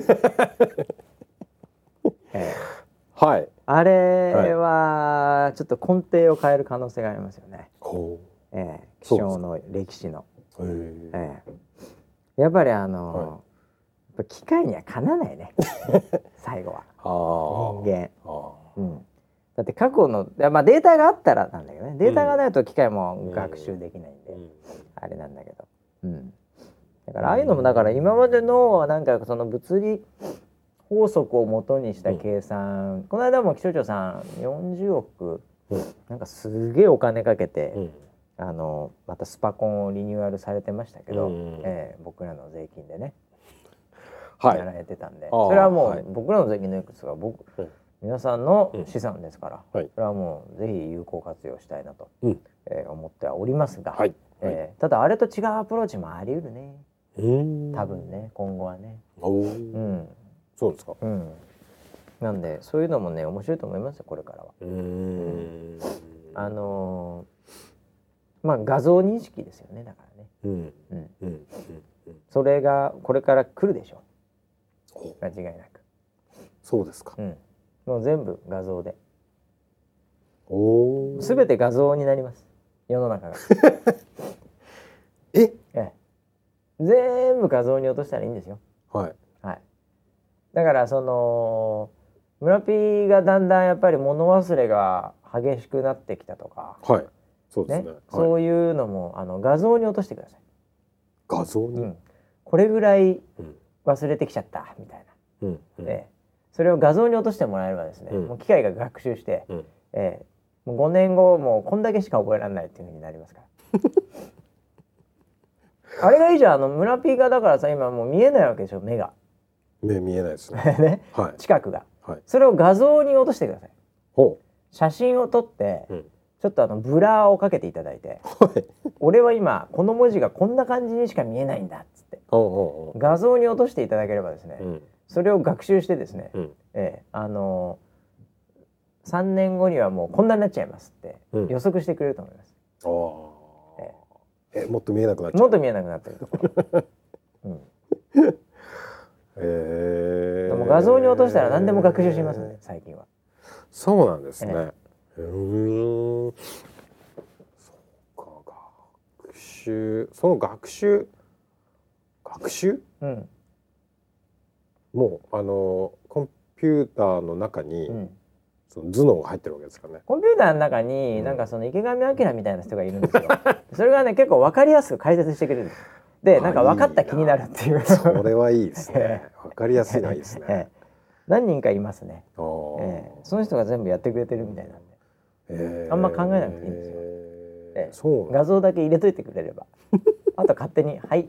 あれはちょっと根底を変える可能性がありますよね。気象の歴史の。やっぱり機械にはかなわないね。最後は人間。 だって過去のまあデータがあったらなんだけどね、データがないと機械も学習できないんで、あれなんだけど、だからああいうのもだから今までのなんかその物理法則を元にした計算、この間も気象庁さん40億、なんかすげえお金かけて、またスパコンをリニューアルされてましたけど、僕らの税金でね、やられてたんで、それはもう僕らの税金のいくつが皆さんの資産ですから、それはもうぜひ有効活用したいなと、思ってはおりますが、ただあれと違うアプローチもあり得るね。多分ね、今後はね。 そうですか。 なんでそういうのもね面白いと思いますよ、これからは。まあ画像認識ですよね、だからね。それがこれから来るでしょう。間違いなく。 そうですか。 もう全部画像で。すべて画像になります、世の中が。全部画像に落としたらいいんですよ。だからその村 P がだんだんやっぱり物忘れが激しくなってきたとか、 そうですね。 そういうのも画像に落としてください。 画像に、 これぐらい忘れてきちゃったみたいな、それを画像に落としてもらえればですね、もう機械が学習して、もう5年後もうこんだけしか覚えられないっていう風になりますからあれがいいじゃん。村 P がだからさ、今もう見えないわけでしょ、目が。 目見えないですね。 ね、近くが、それを画像に落としてください。写真を撮って、ちょっとブラーをかけていただいて、俺は今この文字がこんな感じにしか見えないんだっつって画像に落としていただければですね、それを学習してですね、3年後にはもうこんなになっちゃいますって予測してくれると思います。 もっと見えなくなっちゃう。 もっと見えなくなってるところ。でも画像に落としたら何でも学習しますね、最近は。 そうなんですね。そうか、学習、その学習、もうコンピューターの中に、その頭脳が入ってるわけですかね。 コンピューターの中になんかその池上彰みたいな人がいるんですよ。それがね結構分かりやすく解説してくれるんです。でなんか分かった気になるっていう。 それはいいですね。分かりやすいのはいいですね。 何人かいますね。その人が全部やってくれてるみたいなんで、あんま考えなくていいんですよ。画像だけ入れといてくれればあと勝手にはい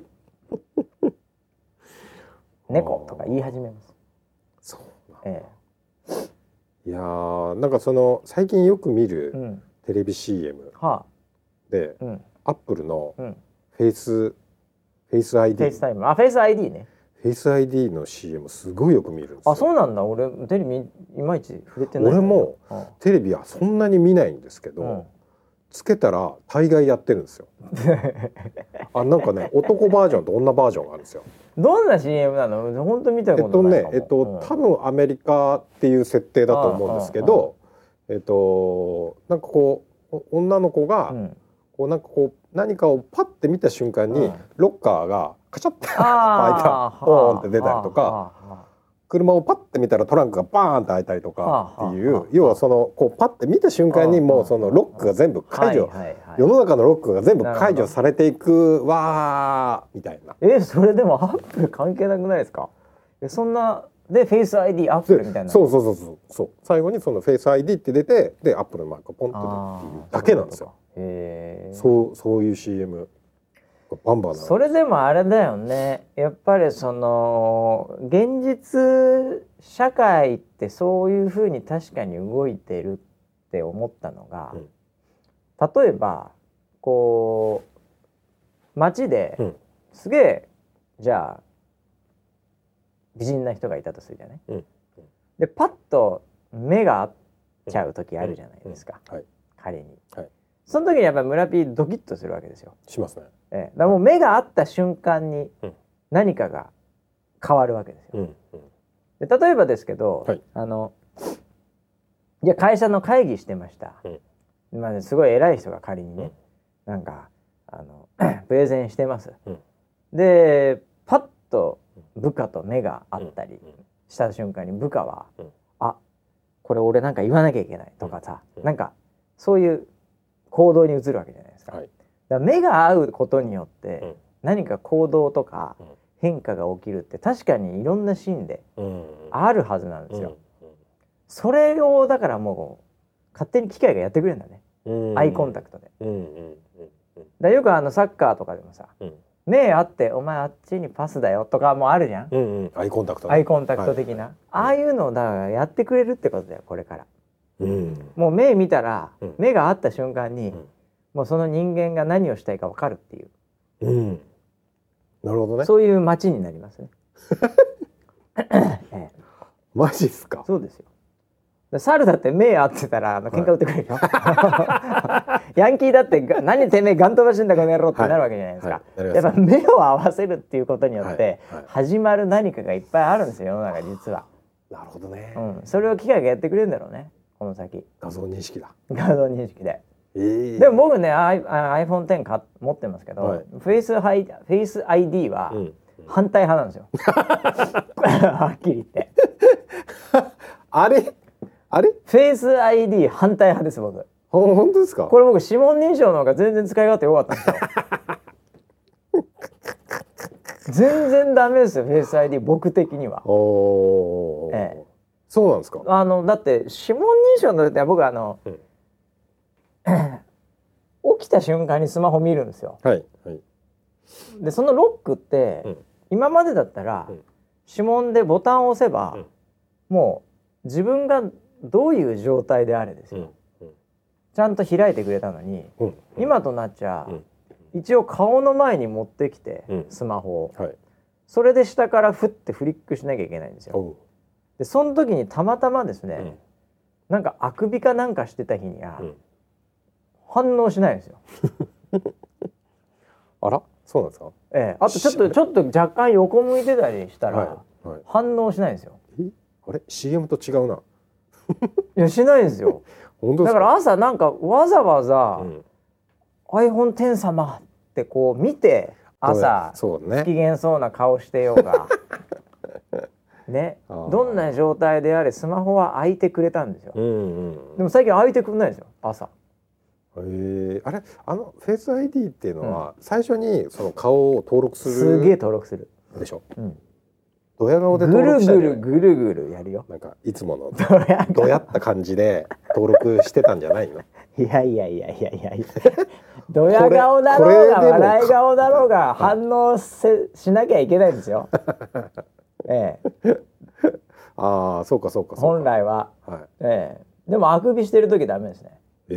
猫とか言い始めます。 そうなんだ。いやなんかその最近よく見るテレビ CM で、アップルのフェイス ID、 フェイスタイム、フェイス ID ね。 フェイス ID の CM すごいよく見るんですよ。 そうなんだ。俺テレビいまいち触れてない。 俺もテレビはそんなに見ないんですけど、つけたら大概やってるんですよ。なんかね、男バージョンと女バージョンがあるんですよ。 どんな CM なの？本当見たことないかも。 多分アメリカっていう設定だと思うんですけど、なんかこう女の子がこうなんかこう何かをパッて見た瞬間にロッカーがカチャッて開いた、ポーンって出たりとか、車をパッて見たらトランクがバーンって開いたりとかっていう、要はそのこうパッて見た瞬間にもうそのロックが全部解除、世の中のロックが全部解除されていくわーみたいな。 それでもアップル関係なくないですか？そんなでフェイス ID アップルみたいな。 そう最後にそのフェイス ID って出て、でアップルのマークがポンと出るっていうだけなんですよ。そういう CMバンバン。 それでもあれだよね、やっぱりその現実社会ってそういうふうに確かに動いてるって思ったのが、例えばこう街ですげえじゃあ美人な人がいたとするじゃない、でパッと目が合っちゃう時あるじゃないですか、彼に、その時にやっぱり村 P ドキッとするわけですよ。 しますね。 だからもう目が合った瞬間に何かが変わるわけですよ。で例えばですけど、じゃあ会社の会議してました、すごい偉い人が仮にね、なんかプレゼンしてます、でパッと部下と目が合ったりした瞬間に部下は、ここれ俺なんか言わなきゃいけないとかさ、なんかそういう行動に移るわけじゃないですか。だから目が合うことによって何か行動とか変化が起きるって確かにいろんなシーンであるはずなんですよ。それをだからもう勝手に機械がやってくれるんだね、アイコンタクトで。だよくサッカーとかでもさ、目あってお前あっちにパスだよとかもあるじゃん、 アイコンタクト、 アイコンタクト的な、ああいうのをだからやってくれるってことだよこれから。もう目見たら、目が合った瞬間に、もうその人間が何をしたいか分かるっていう、 なるほどね。 そういう街になりますね。 マジっすか。 そうですよ。猿だって目合ってたら喧嘩売ってくれるよ。ヤンキーだって何てめえガン飛ばしてんだこの野郎ってなるわけじゃないですか。やっぱ目を合わせるっていうことによって始まる何かがいっぱいあるんですよ世の中実は。 なるほどね。 それを機械がやってくれるんだろうねこの先。 画像認識だ。 画像認識で。でも僕ねiPhone X 持ってますけど、フェイス ID は反対派なんですよ。はっきり言って。 あれフェイス ID 反対派です僕。 本当ですか。 これ僕指紋認証の方が全然使い勝手良かったんですよ。全然ダメですよフェイス ID 僕的には。 そうなんですか。 だって指紋認証の時は僕起きた瞬間にスマホ見るんですよ。でそのロックって、今までだったら、指紋でボタンを押せば、もう自分がどういう状態であれですよ、ちゃんと開いてくれたのに、今となっちゃ、一応顔の前に持ってきて、スマホを、それで下からフッてフリックしなきゃいけないんですよ。でその時にたまたまですね、なんかあくびかなんかしてた日には、反応しないんですよ。 あら、そうなんですか。 あとちょっと若干横向いてたりしたら、反応しないんですよ。 あれ CM と違うな。 いやしないんですよ。 本当ですか。 だから朝なんかわざわざ、iPhone X 様ってこう見て朝、不機嫌そうな顔してようがね、どんな状態であれスマホは開いてくれたんですよ。でも最近開いてくれないですよ朝。 あれフェイス ID っていうのは、最初にその顔を登録する。 すげえ登録するでしょ。ドヤ顔で登録したぐるぐるやるよ。 なんかいつものドヤった感じで登録してたんじゃないの。 いやドヤ顔だろうが笑い顔だろうが反応しなきゃいけないんですよ。 ああ、そうか本来は。でもあくびしてる時ダメですね。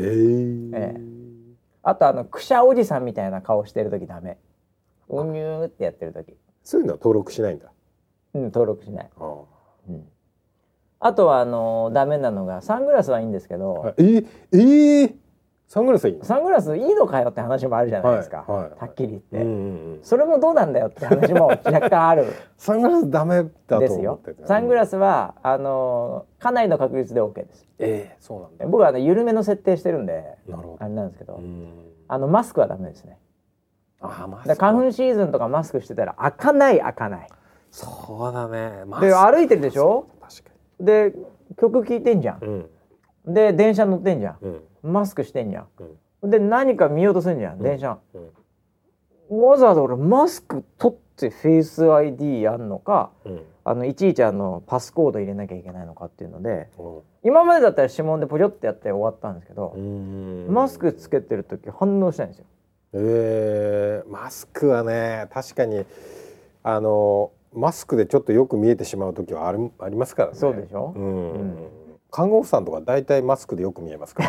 あとくしゃおじさんみたいな顔してる時ダメ。うにゅーってやってる時。 そういうのは登録しないんだ。 登録しない。あとはダメなのがサングラスはいいんですけど。 サングラスいいの？ サングラスいいのかよって話もあるじゃないですか。はっきり言って。それもどうなんだよって話も若干ある。 サングラスダメだと思ってて。 サングラスはかなりの確率で OK です。 そうなんだ。 僕は緩めの設定してるんであれなんですけど、マスクはダメですね。花粉シーズンとかマスクしてたら開かない。 そうだね。 で歩いてるでしょ。で曲聴いてんじゃん。で電車乗ってんじゃん。マスクしてんじゃん。で何か見ようとすんじゃん電車。わざわざ俺マスク取ってフェイス ID やんのか、いちいちパスコード入れなきゃいけないのかっていうので、今までだったら指紋でポチョってやって終わったんですけど、マスクつけてる時反応しないんですよ。 マスクはね、確かにマスクでちょっとよく見えてしまう時はありますからね。 そうでしょ。 看護婦さんとか大体マスクでよく見えますから。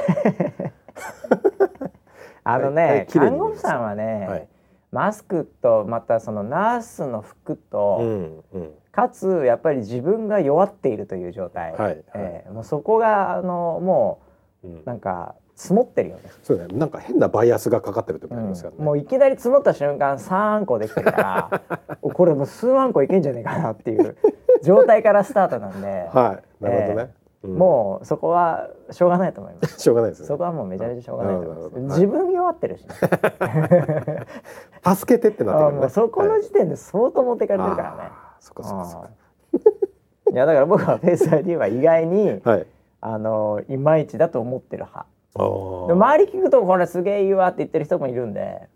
看護婦さんはね、マスクとまたそのナースの服と、かつやっぱり自分が弱っているという状態、もうそこがもうなんか積もってるよね。 そうね、なんか変なバイアスがかかってる時ありますからね。 もういきなり積もった瞬間3個できてるからこれもう数万個いけんじゃねえかなっていう状態からスタートなんで、 なるほどね。 もうそこはしょうがないと思います。 しょうがないですね。 そこはもうめちゃめちゃしょうがないと思います。自分弱ってるし、 助けてってなってるね。 そこの時点で相当持ってかれてるからね。 そっか。 いやだから僕はフェイス ID は意外にいまいちだと思ってる派。で周り聞くとこれすげえいいわって言ってる人もいるんで、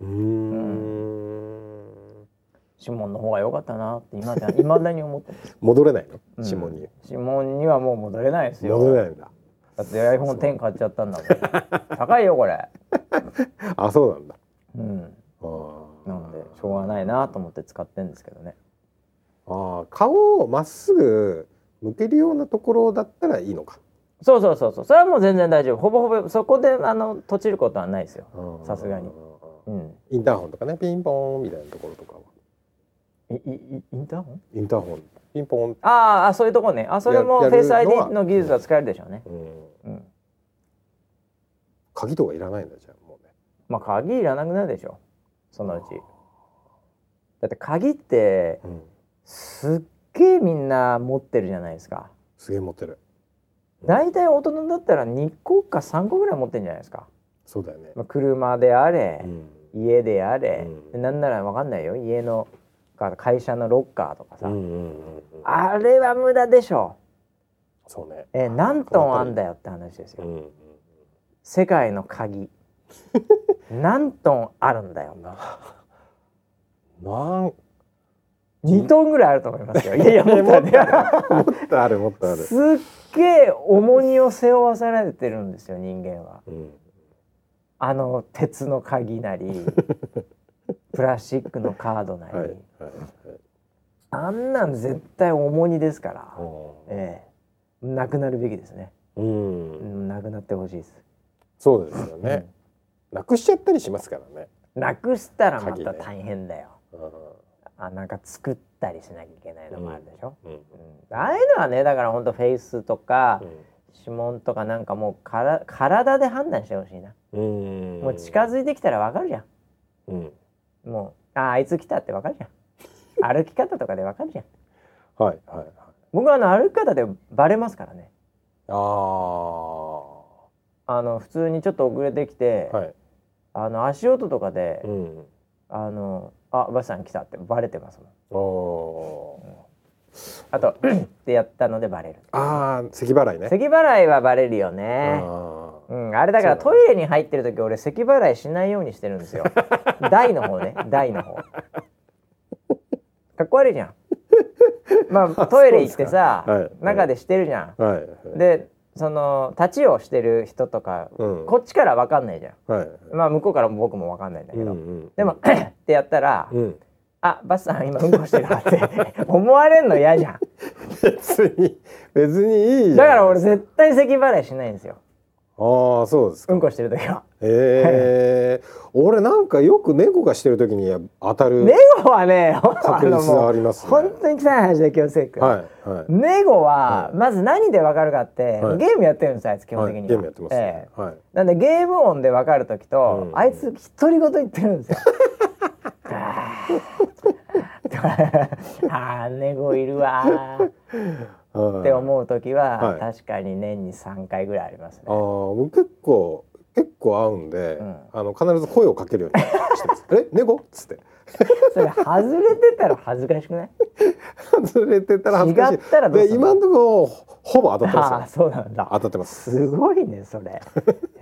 指紋の方が良かったなって未だに思ってます。 戻れないの？指紋に。 指紋にはもう戻れないですよ。 戻れないんだ。 だって iPhone X 買っちゃったんだもん。高いよこれ。 あ、そうなんだ。 なのでしょうがないなと思って使ってるんですけどね。 顔をまっすぐ向けるようなところだったらいいのか。 そう。それはもう全然大丈夫。ほぼそこで閉じることはないですよ。さすがに。 インターホンとかね、ピンポーンみたいなところとかは。 インターホン？ インターホン、ピンポーン。 そういうとこね。それもフェイス ID の技術は使えるでしょうね。 鍵とかいらないんだじゃあもうね。 まあ鍵いらなくなるでしょ。そのうち。だって鍵って、すっげえみんな持ってるじゃないですか。 すげえ持ってる。 だいたい大人だったら2個か3個ぐらい持ってるんじゃないですか。 そうだよね。 車であれ、家であれ、なんならわかんないよ。家の会社のロッカーとかさ、あれは無駄でしょ。 そうね。 何トンあんだよって話ですよ。世界の鍵何トンあるんだよ。2トンぐらいあると思いますよ。いやもっとあるもっとある。 すっげえ重荷を背負わされてるんですよ人間は。鉄の鍵なりプラスチックのカードなり、あんなん絶対重荷ですから、なくなるべきですね。なくなってほしいです。 そうですよね。なくしちゃったりしますからね。 なくしたらまた大変だよ。なんか作ったりしなきゃいけないのもあるでしょ。ああいうのはね、だから本当フェイスとか指紋とかなんかもう体で判断してほしいな。もう近づいてきたらわかるじゃん。もうあいつ来たってわかるじゃん。歩き方とかでわかるじゃん。僕は歩き方でバレますからね。普通にちょっと遅れてきて、足音とかで、バスさん来たってバレてますもん。あとってやったのでバレる。 咳払いね。 咳払いはバレるよね。あれだからトイレに入ってる時俺咳払いしないようにしてるんですよ。台の方ね、台の方。かっこ悪いじゃん。まあトイレ行ってさ、中でしてるじゃん。でその立ちをしてる人とか、こっちから分かんないじゃん。まあ向こうからも僕も分かんないんだけど、でもってやったら、バスさん今うんこしてるって思われんの嫌じゃん。 別にいいじゃん。 だから俺絶対咳払いしないんですよ。 そうですか。 うんこしてる時は。 俺なんかよく猫がしてる時に当たる。 猫はね、 確率がありますね。 本当に汚い話で気をつけてください。猫はまず何でわかるかって、ゲームやってるんですよ、あいつ基本的には。 ゲームやってますね。 なんでゲーム音でわかる時と、あいつ独り言言ってるんですよ。猫いるわって思う時は確かに年に3回ぐらいありますね。 結構合うんで、必ず声をかけるようにしてます。猫っつって。 それ外れてたら恥ずかしくない？ 外れてたら恥ずかしい。違ったらどうするの？今のところほぼ当たってますよ。 そうなんだ。 当たってます。 すごいねそれ。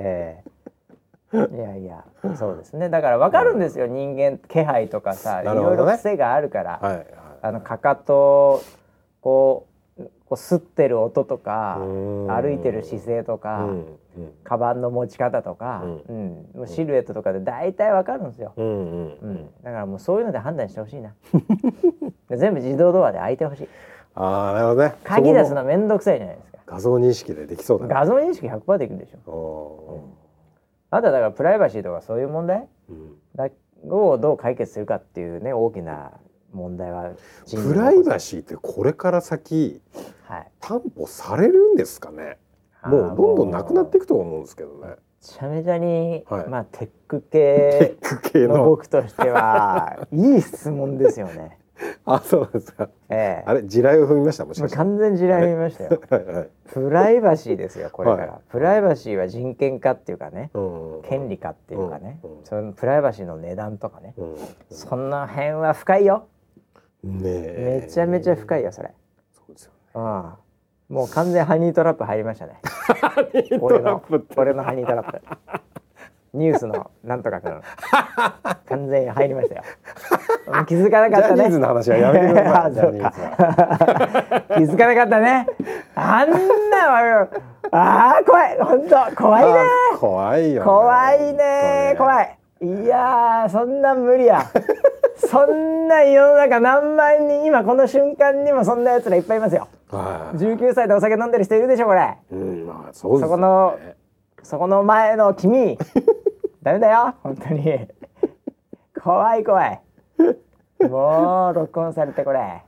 いやそうですね。だから分かるんですよ、人間気配とかさ、いろいろ癖があるから、かかとこう吸ってる音とか、歩いてる姿勢とか、カバンの持ち方とか、シルエットとかで大体分かるんですよ。だからもうそういうので判断してほしいな。全部自動ドアで開いてほしい。 なるほどね。 鍵出すのめんどくさいじゃないですか。 画像認識でできそうだね。 画像認識 100% できるでしょ。あとはだからプライバシーとかそういう問題をどう解決するかっていうね、大きな問題は。 プライバシーってこれから先、担保されるんですかね。もうどんどんなくなっていくと思うんですけどね。 めちゃめちゃに、まあテック系の僕としてはいい質問ですよね。 そうですか。あれ地雷を踏みました。もしかして。 完全に地雷踏みましたよ。プライバシーですよこれから。プライバシーは人権かっていうかね、権利かっていうかね、そのプライバシーの値段とかね、その辺は深いよ。めちゃめちゃ深いよそれ。 そうですよね。 もう完全ハニートラップ入りましたね。俺のハニートラップ。ニュースのなんとかくん完全に入りましたよ。気づかなかったね。 ジャニーズの話はやめてください。気づかなかったね。あんな怖い、本当怖いね。 怖いよ、ね。 怖いね、怖い。いやー、そんなん無理や。そんな世の中何万人、今この瞬間にもそんなやつらいっぱいいますよ。19歳でお酒飲んでる人いるでしょこれ。 まあそうですね。 そこの前の君ダメだよ本当に。怖い怖い。もう録音されてこれ。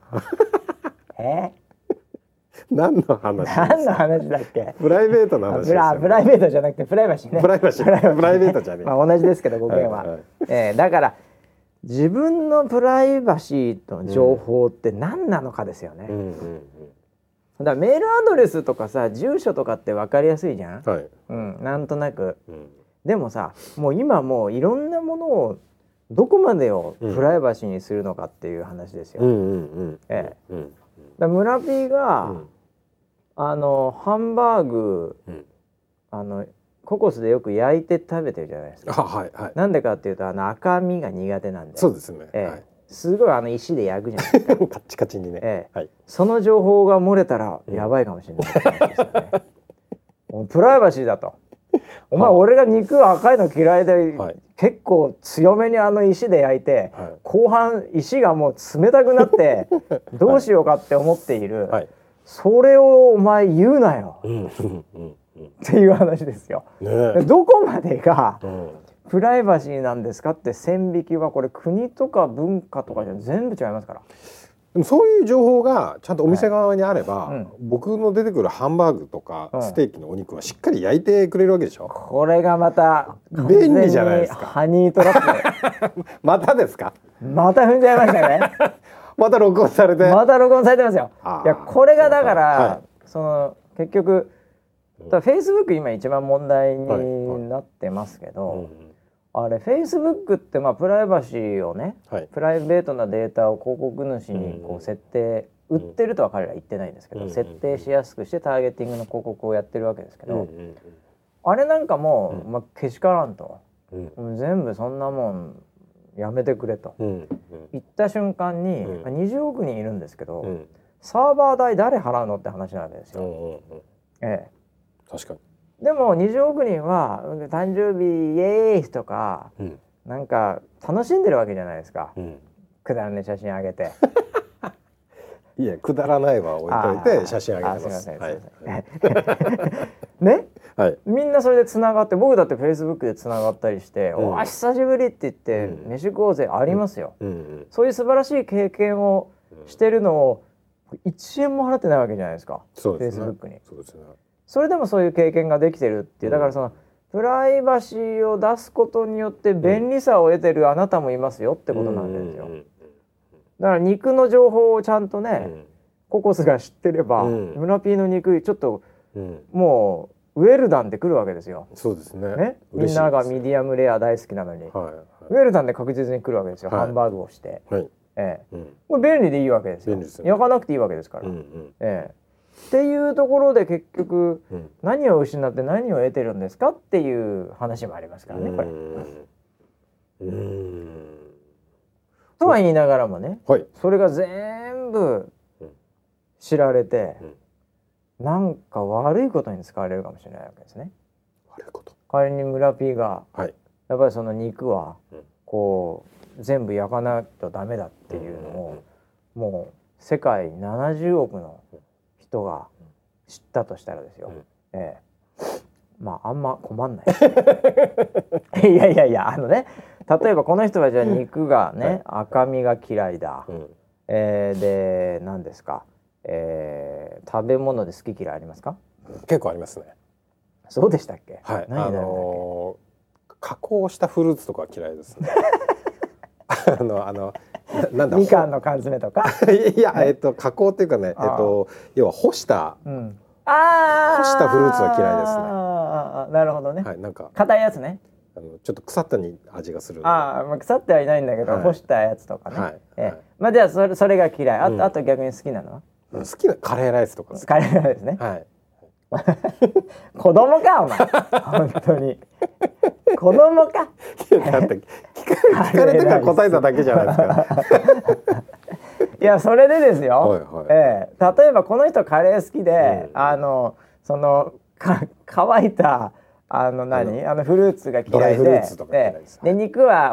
何の話だっけ。 プライベートの話ですよ、 プライベートじゃなくてプライバシーね。 プライベートじゃねえ。 まあ同じですけど語源は、だから自分のプライバシーの情報って何なのかですよね。だからメールアドレスとかさ、住所とかって分かりやすいじゃん、なんとなく、でもさ、もう今もういろんなものをどこまでをプライバシーにするのかっていう話ですよ。だ村 P が、ハンバーグ、ココスでよく焼いて食べてるじゃないですか。なんでかっていうと赤身が苦手なんで。 そうですね。 すごい石で焼くじゃないですか。 カッチカチにね。 その情報が漏れたらやばいかもしれないですよね。もうプライバシーだと。お前俺が肉赤いの嫌いで、結構強めに石で焼いて、後半石がもう冷たくなってどうしようかって思っている、それをお前言うなよっていう話ですよ。どこまでがプライバシーなんですかって線引きはこれ国とか文化とかじゃ全部違いますから。 でもそういう情報がちゃんとお店側にあれば、僕の出てくるハンバーグとかステーキのお肉はしっかり焼いてくれるわけでしょ。 これがまた便利じゃないですか。 ハニートラップ。 またですか。 また踏んじゃいましたね。 また録音されて。 また録音されてますよ。いやこれがだから、その結局フェイスブック今一番問題になってますけど、あれフェイスブックってプライバシーをね、プライベートなデータを広告主にこう設定、売ってるとは彼ら言ってないんですけど、設定しやすくしてターゲティングの広告をやってるわけですけど、あれなんかもう、けしからんと、全部そんなもんやめてくれと、言った瞬間に、20億人いるんですけど、サーバー代誰払うのって話なわけですよ。 確かに。 でも20億人は誕生日イエーイとか、なんか楽しんでるわけじゃないですか、くだらない写真あげて。 いやくだらないは置いといて写真あげてます。 ね、みんなそれでつながって、僕だってフェイスブックでつながったりして「おー久しぶり」って言って「飯食おうぜ」ありますよ。そういう素晴らしい経験をしてるのを1円も払ってないわけじゃないですか、フェイスブックに。それでもそういう経験ができてるっていう、だからそのプライバシーを出すことによって便利さを得てるあなたもいますよってことなんですよ。だから肉の情報をちゃんとね、ココスが知ってれば、村 P の肉ちょっと、もうウェルダンで来るわけですよ。 そうですね。 みんながミディアムレア大好きなのに、ウェルダンで確実に来るわけですよ、ハンバーグをして。これ便利でいいわけですよ。焼かなくていいわけですから。っていうところで結局、何を失って何を得てるんですかっていう話もありますからね、これ。とは言いながらもね、それが全部知られて、なんか悪いことに使われるかもしれないわけですね。仮に村 P が、やっぱりその肉はこう全部焼かないとダメだっていうのを、もう世界70億の人が知ったとしたらですよ、あんま困んないいや例えばこの人はじゃあ肉がね、赤身が嫌いだ、で何ですか、食べ物で好き嫌いありますか？ 結構ありますね。 そうでしたっけ？ 加工したフルーツとか嫌いですね。なんだみかんの缶詰とかいや加工っていうかね、要は干したフルーツは嫌いですね。なるほどね。なんか硬いやつね。 ちょっと腐ったに味がする。 腐ってはいないんだけど、干したやつとかね。じゃあそれが嫌い。あと逆に好きなのは？ 好きなカレーライスとかカレーライスね。 はい。 子供かお前本当に子供か。 だって聞かれたから答えただけじゃないですか。 いやそれでですよ、 はいはい、 例えばこの人カレー好きで、その乾いたフルーツが嫌いで肉は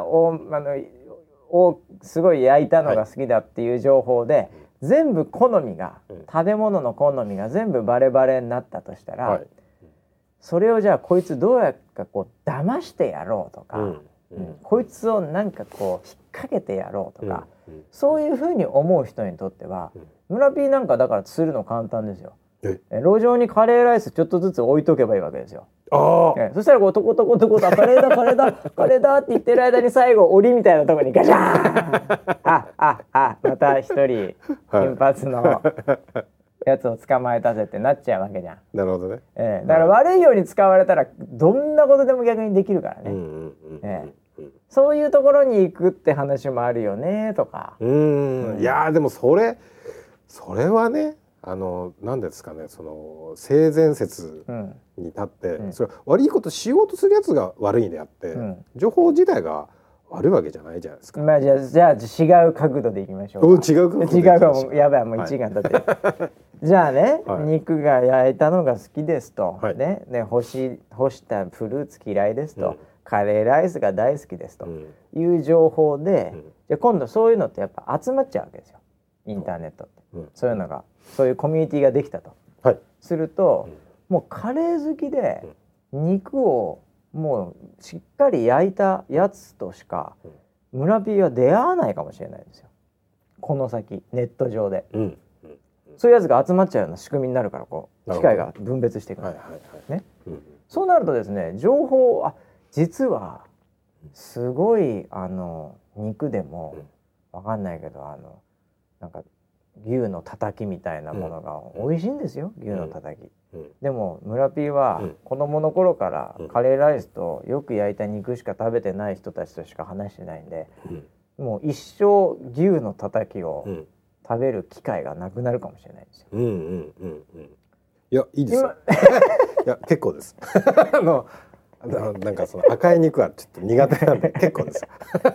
すごい焼いたのが好きだっていう情報で、はい、全部好みが、食べ物の好みが全部バレバレになったとしたら、はい、それをじゃあこいつどうやってこう騙してやろうとか、こいつをなんかこう引っ掛けてやろうとか、そういうふうに思う人にとっては、村 P なんかだから釣るの簡単ですよ。路上にカレーライスちょっとずつ置いとけばいいわけですよ。そしたらこうトコトコトコとカレーだカレーだカレーだって言ってる間に最後檻みたいなところにガシャーンまた一人金髪のやつを捕まえたぜってなっちゃうわけじゃん。 なるほどね。 だから悪いように使われたらどんなことでも逆にできるからね。そういうところに行くって話もあるよねとか。 いやでもそれはね、何ですかね、その性善説に立って、それ悪いことしようとするやつが悪いんであって、情報自体が悪いわけじゃないじゃないですか。 まあじゃあ違う角度でいきましょうか。 違う角度でいきましょう。 違うやばいもう一眼だって、じゃあね、肉が焼いたのが好きですと、ね干したフルーツ嫌いですと、カレーライスが大好きですという情報で、じゃあ今度そういうのってやっぱ集まっちゃうわけですよ、インターネットって。そういうのが、そういうコミュニティができたと、すると、もうカレー好きで肉をもうしっかり焼いたやつとしか村 P は出会わないかもしれないですよ、この先ネット上で。そういうやつが集まっちゃうような仕組みになるから、こう機械が分別していくね。そうなるとですね、情報実はすごい肉でもわかんないけどなんか牛のたたきみたいなものが美味しいんですよ、牛のたたき。でも村 P は子供の頃からカレーライスとよく焼いた肉しか食べてない人たちとしか話してないんで、もう一生牛のたたきを食べる機会がなくなるかもしれないですよ。 いやいいですよ。いや結構です。なんかその赤い肉はちょっと苦手なんで結構です。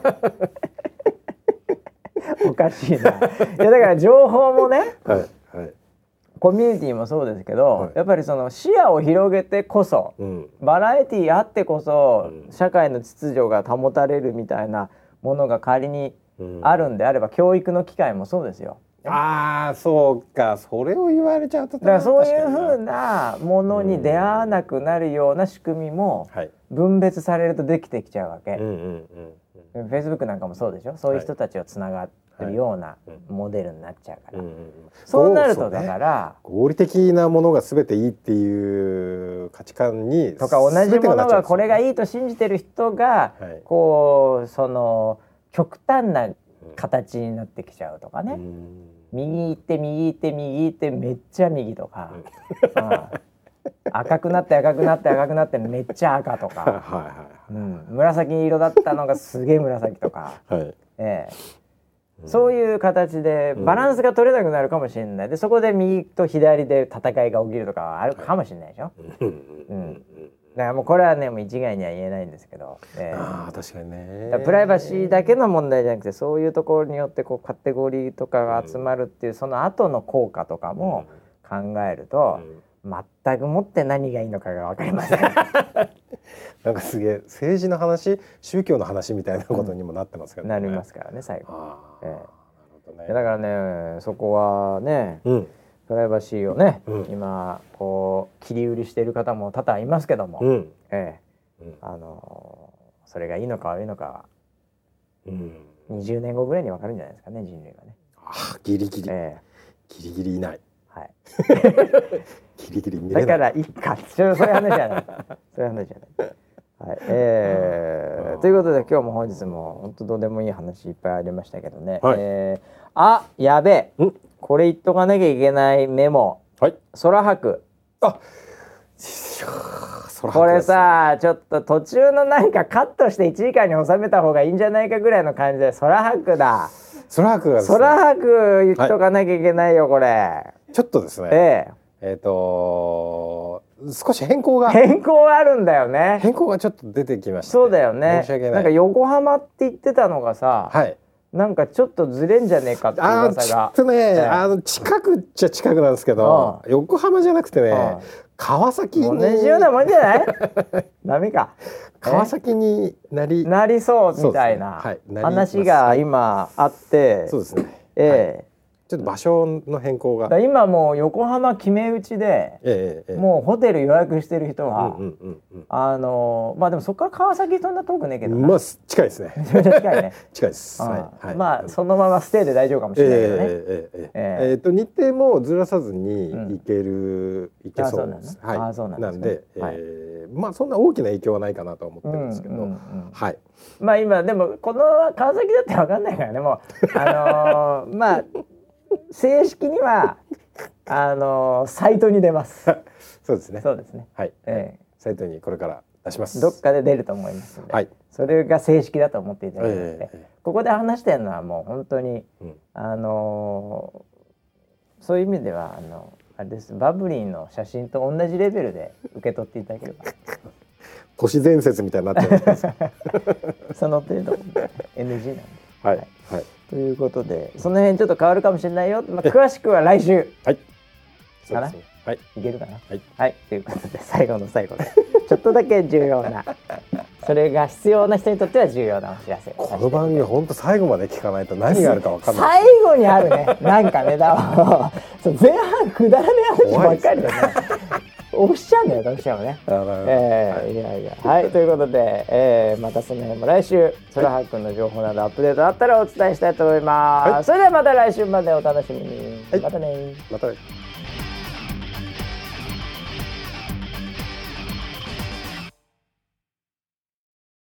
おかしいな。いやだから情報もね、コミュニティもそうですけど、やっぱりその視野を広げてこそ、バラエティーあってこそ、社会の秩序が保たれるみたいなものが仮にあるんであれば、教育の機会もそうですよ。 そうか、それを言われちゃうと、 だからそういう風なものに出会わなくなるような仕組みも分別されるとできてきちゃうわけ。Facebook なんかもそうでしょ。そういう人たちをつながってるようなモデルになっちゃうから、そうなるとだから合理的なものが全ていいっていう価値観にとか、同じものがこれがいいと信じてる人がこうその極端な形になってきちゃうとかね。右行って右行って右行ってめっちゃ右とか、赤くなって赤くなって赤くなってめっちゃ赤とか、紫色だったのがすげえ紫とか、そういう形でバランスが取れなくなるかもしれない。でそこで右と左で戦いが起きるとかはあるかもしれないでしょ。だからもうこれはね、もう一概には言えないんですけど、 確かにね。 プライバシーだけの問題じゃなくて、そういうところによってこうカテゴリーとかが集まるっていう、その後の効果とかも考えると、全くもって何がいいのかが分かりません。 なんかすげえ政治の話、宗教の話みたいなことにもなってますけどね。 なりますからね、最後。だからね、そこはね、プライバシーをね、今こう切り売りしている方も多々いますけども、それがいいのか悪いのかは、20年後ぐらいに分かるんじゃないですかね、人類がね。 ギリギリ、ギリギリいない。ギリギリ見れない。 だからいいか、そういう話じゃない。そういう話じゃない。ということで今日も本日も本当どうでもいい話いっぱいありましたけどね。やべえ、これ言っとかなきゃいけないメモ。空白。これさ、ちょっと途中の何かカットして1時間に収めた方がいいんじゃないかぐらいの感じで空白だ。 空白がですね、 空白言っとかなきゃいけないよ、これ。 ちょっとですね、少し変更があるんだよね。 変更がちょっと出てきました、 そうだよね。 申し訳ない。 なんか横浜って言ってたのがさ、 はい、 なんかちょっとずれんじゃねえかって噂が。 ちょっとね、近くっちゃ近くなんですけど、横浜じゃなくてね、川崎に同じようなもんじゃない？ダメか。 川崎になりそうみたいな話が今あって、 そうですね。ちょっと場所の変更が今もう横浜決め打ちで、もうホテル予約してる人はまあでもそこから川崎そんな遠くねえけどな、 まあ近いですね。 近いね。 近いです。 まあそのままステイで大丈夫かもしれないけどね。 日程もずらさずに行けそうです。なんでまあそんな大きな影響はないかなと思ってるんですけど、はい。 まあ今でもこの川崎だって分かんないからね、もうまあ正式にはサイトに出ます。 そうですね。 そうですね。 はい。サイトにこれから出します。 どっかで出ると思いますので、それが正式だと思っていただいて、ここで話してるのはもう本当にそういう意味ではあれです。バブリーの写真と同じレベルで受け取っていただければ。 都市伝説みたいになっちゃうんです。 その程度 NG なんで。 はい。 ということで、その辺ちょっと変わるかもしれないよ。詳しくは来週。 はい。 かな。 はい。 いけるかな。はい。ということで最後の最後でちょっとだけ重要な、それが必要な人にとっては重要なお知らせ。 この番組本当最後まで聞かないと何があるか分かんない。 最後にあるね。なんかね、前半くだらねえ話ばっかりでね。押しちゃうんだよどうしてもね。はいということで、またその辺も来週空白くんの情報などアップデートあったらお伝えしたいと思います。それではまた来週までお楽しみに。またね。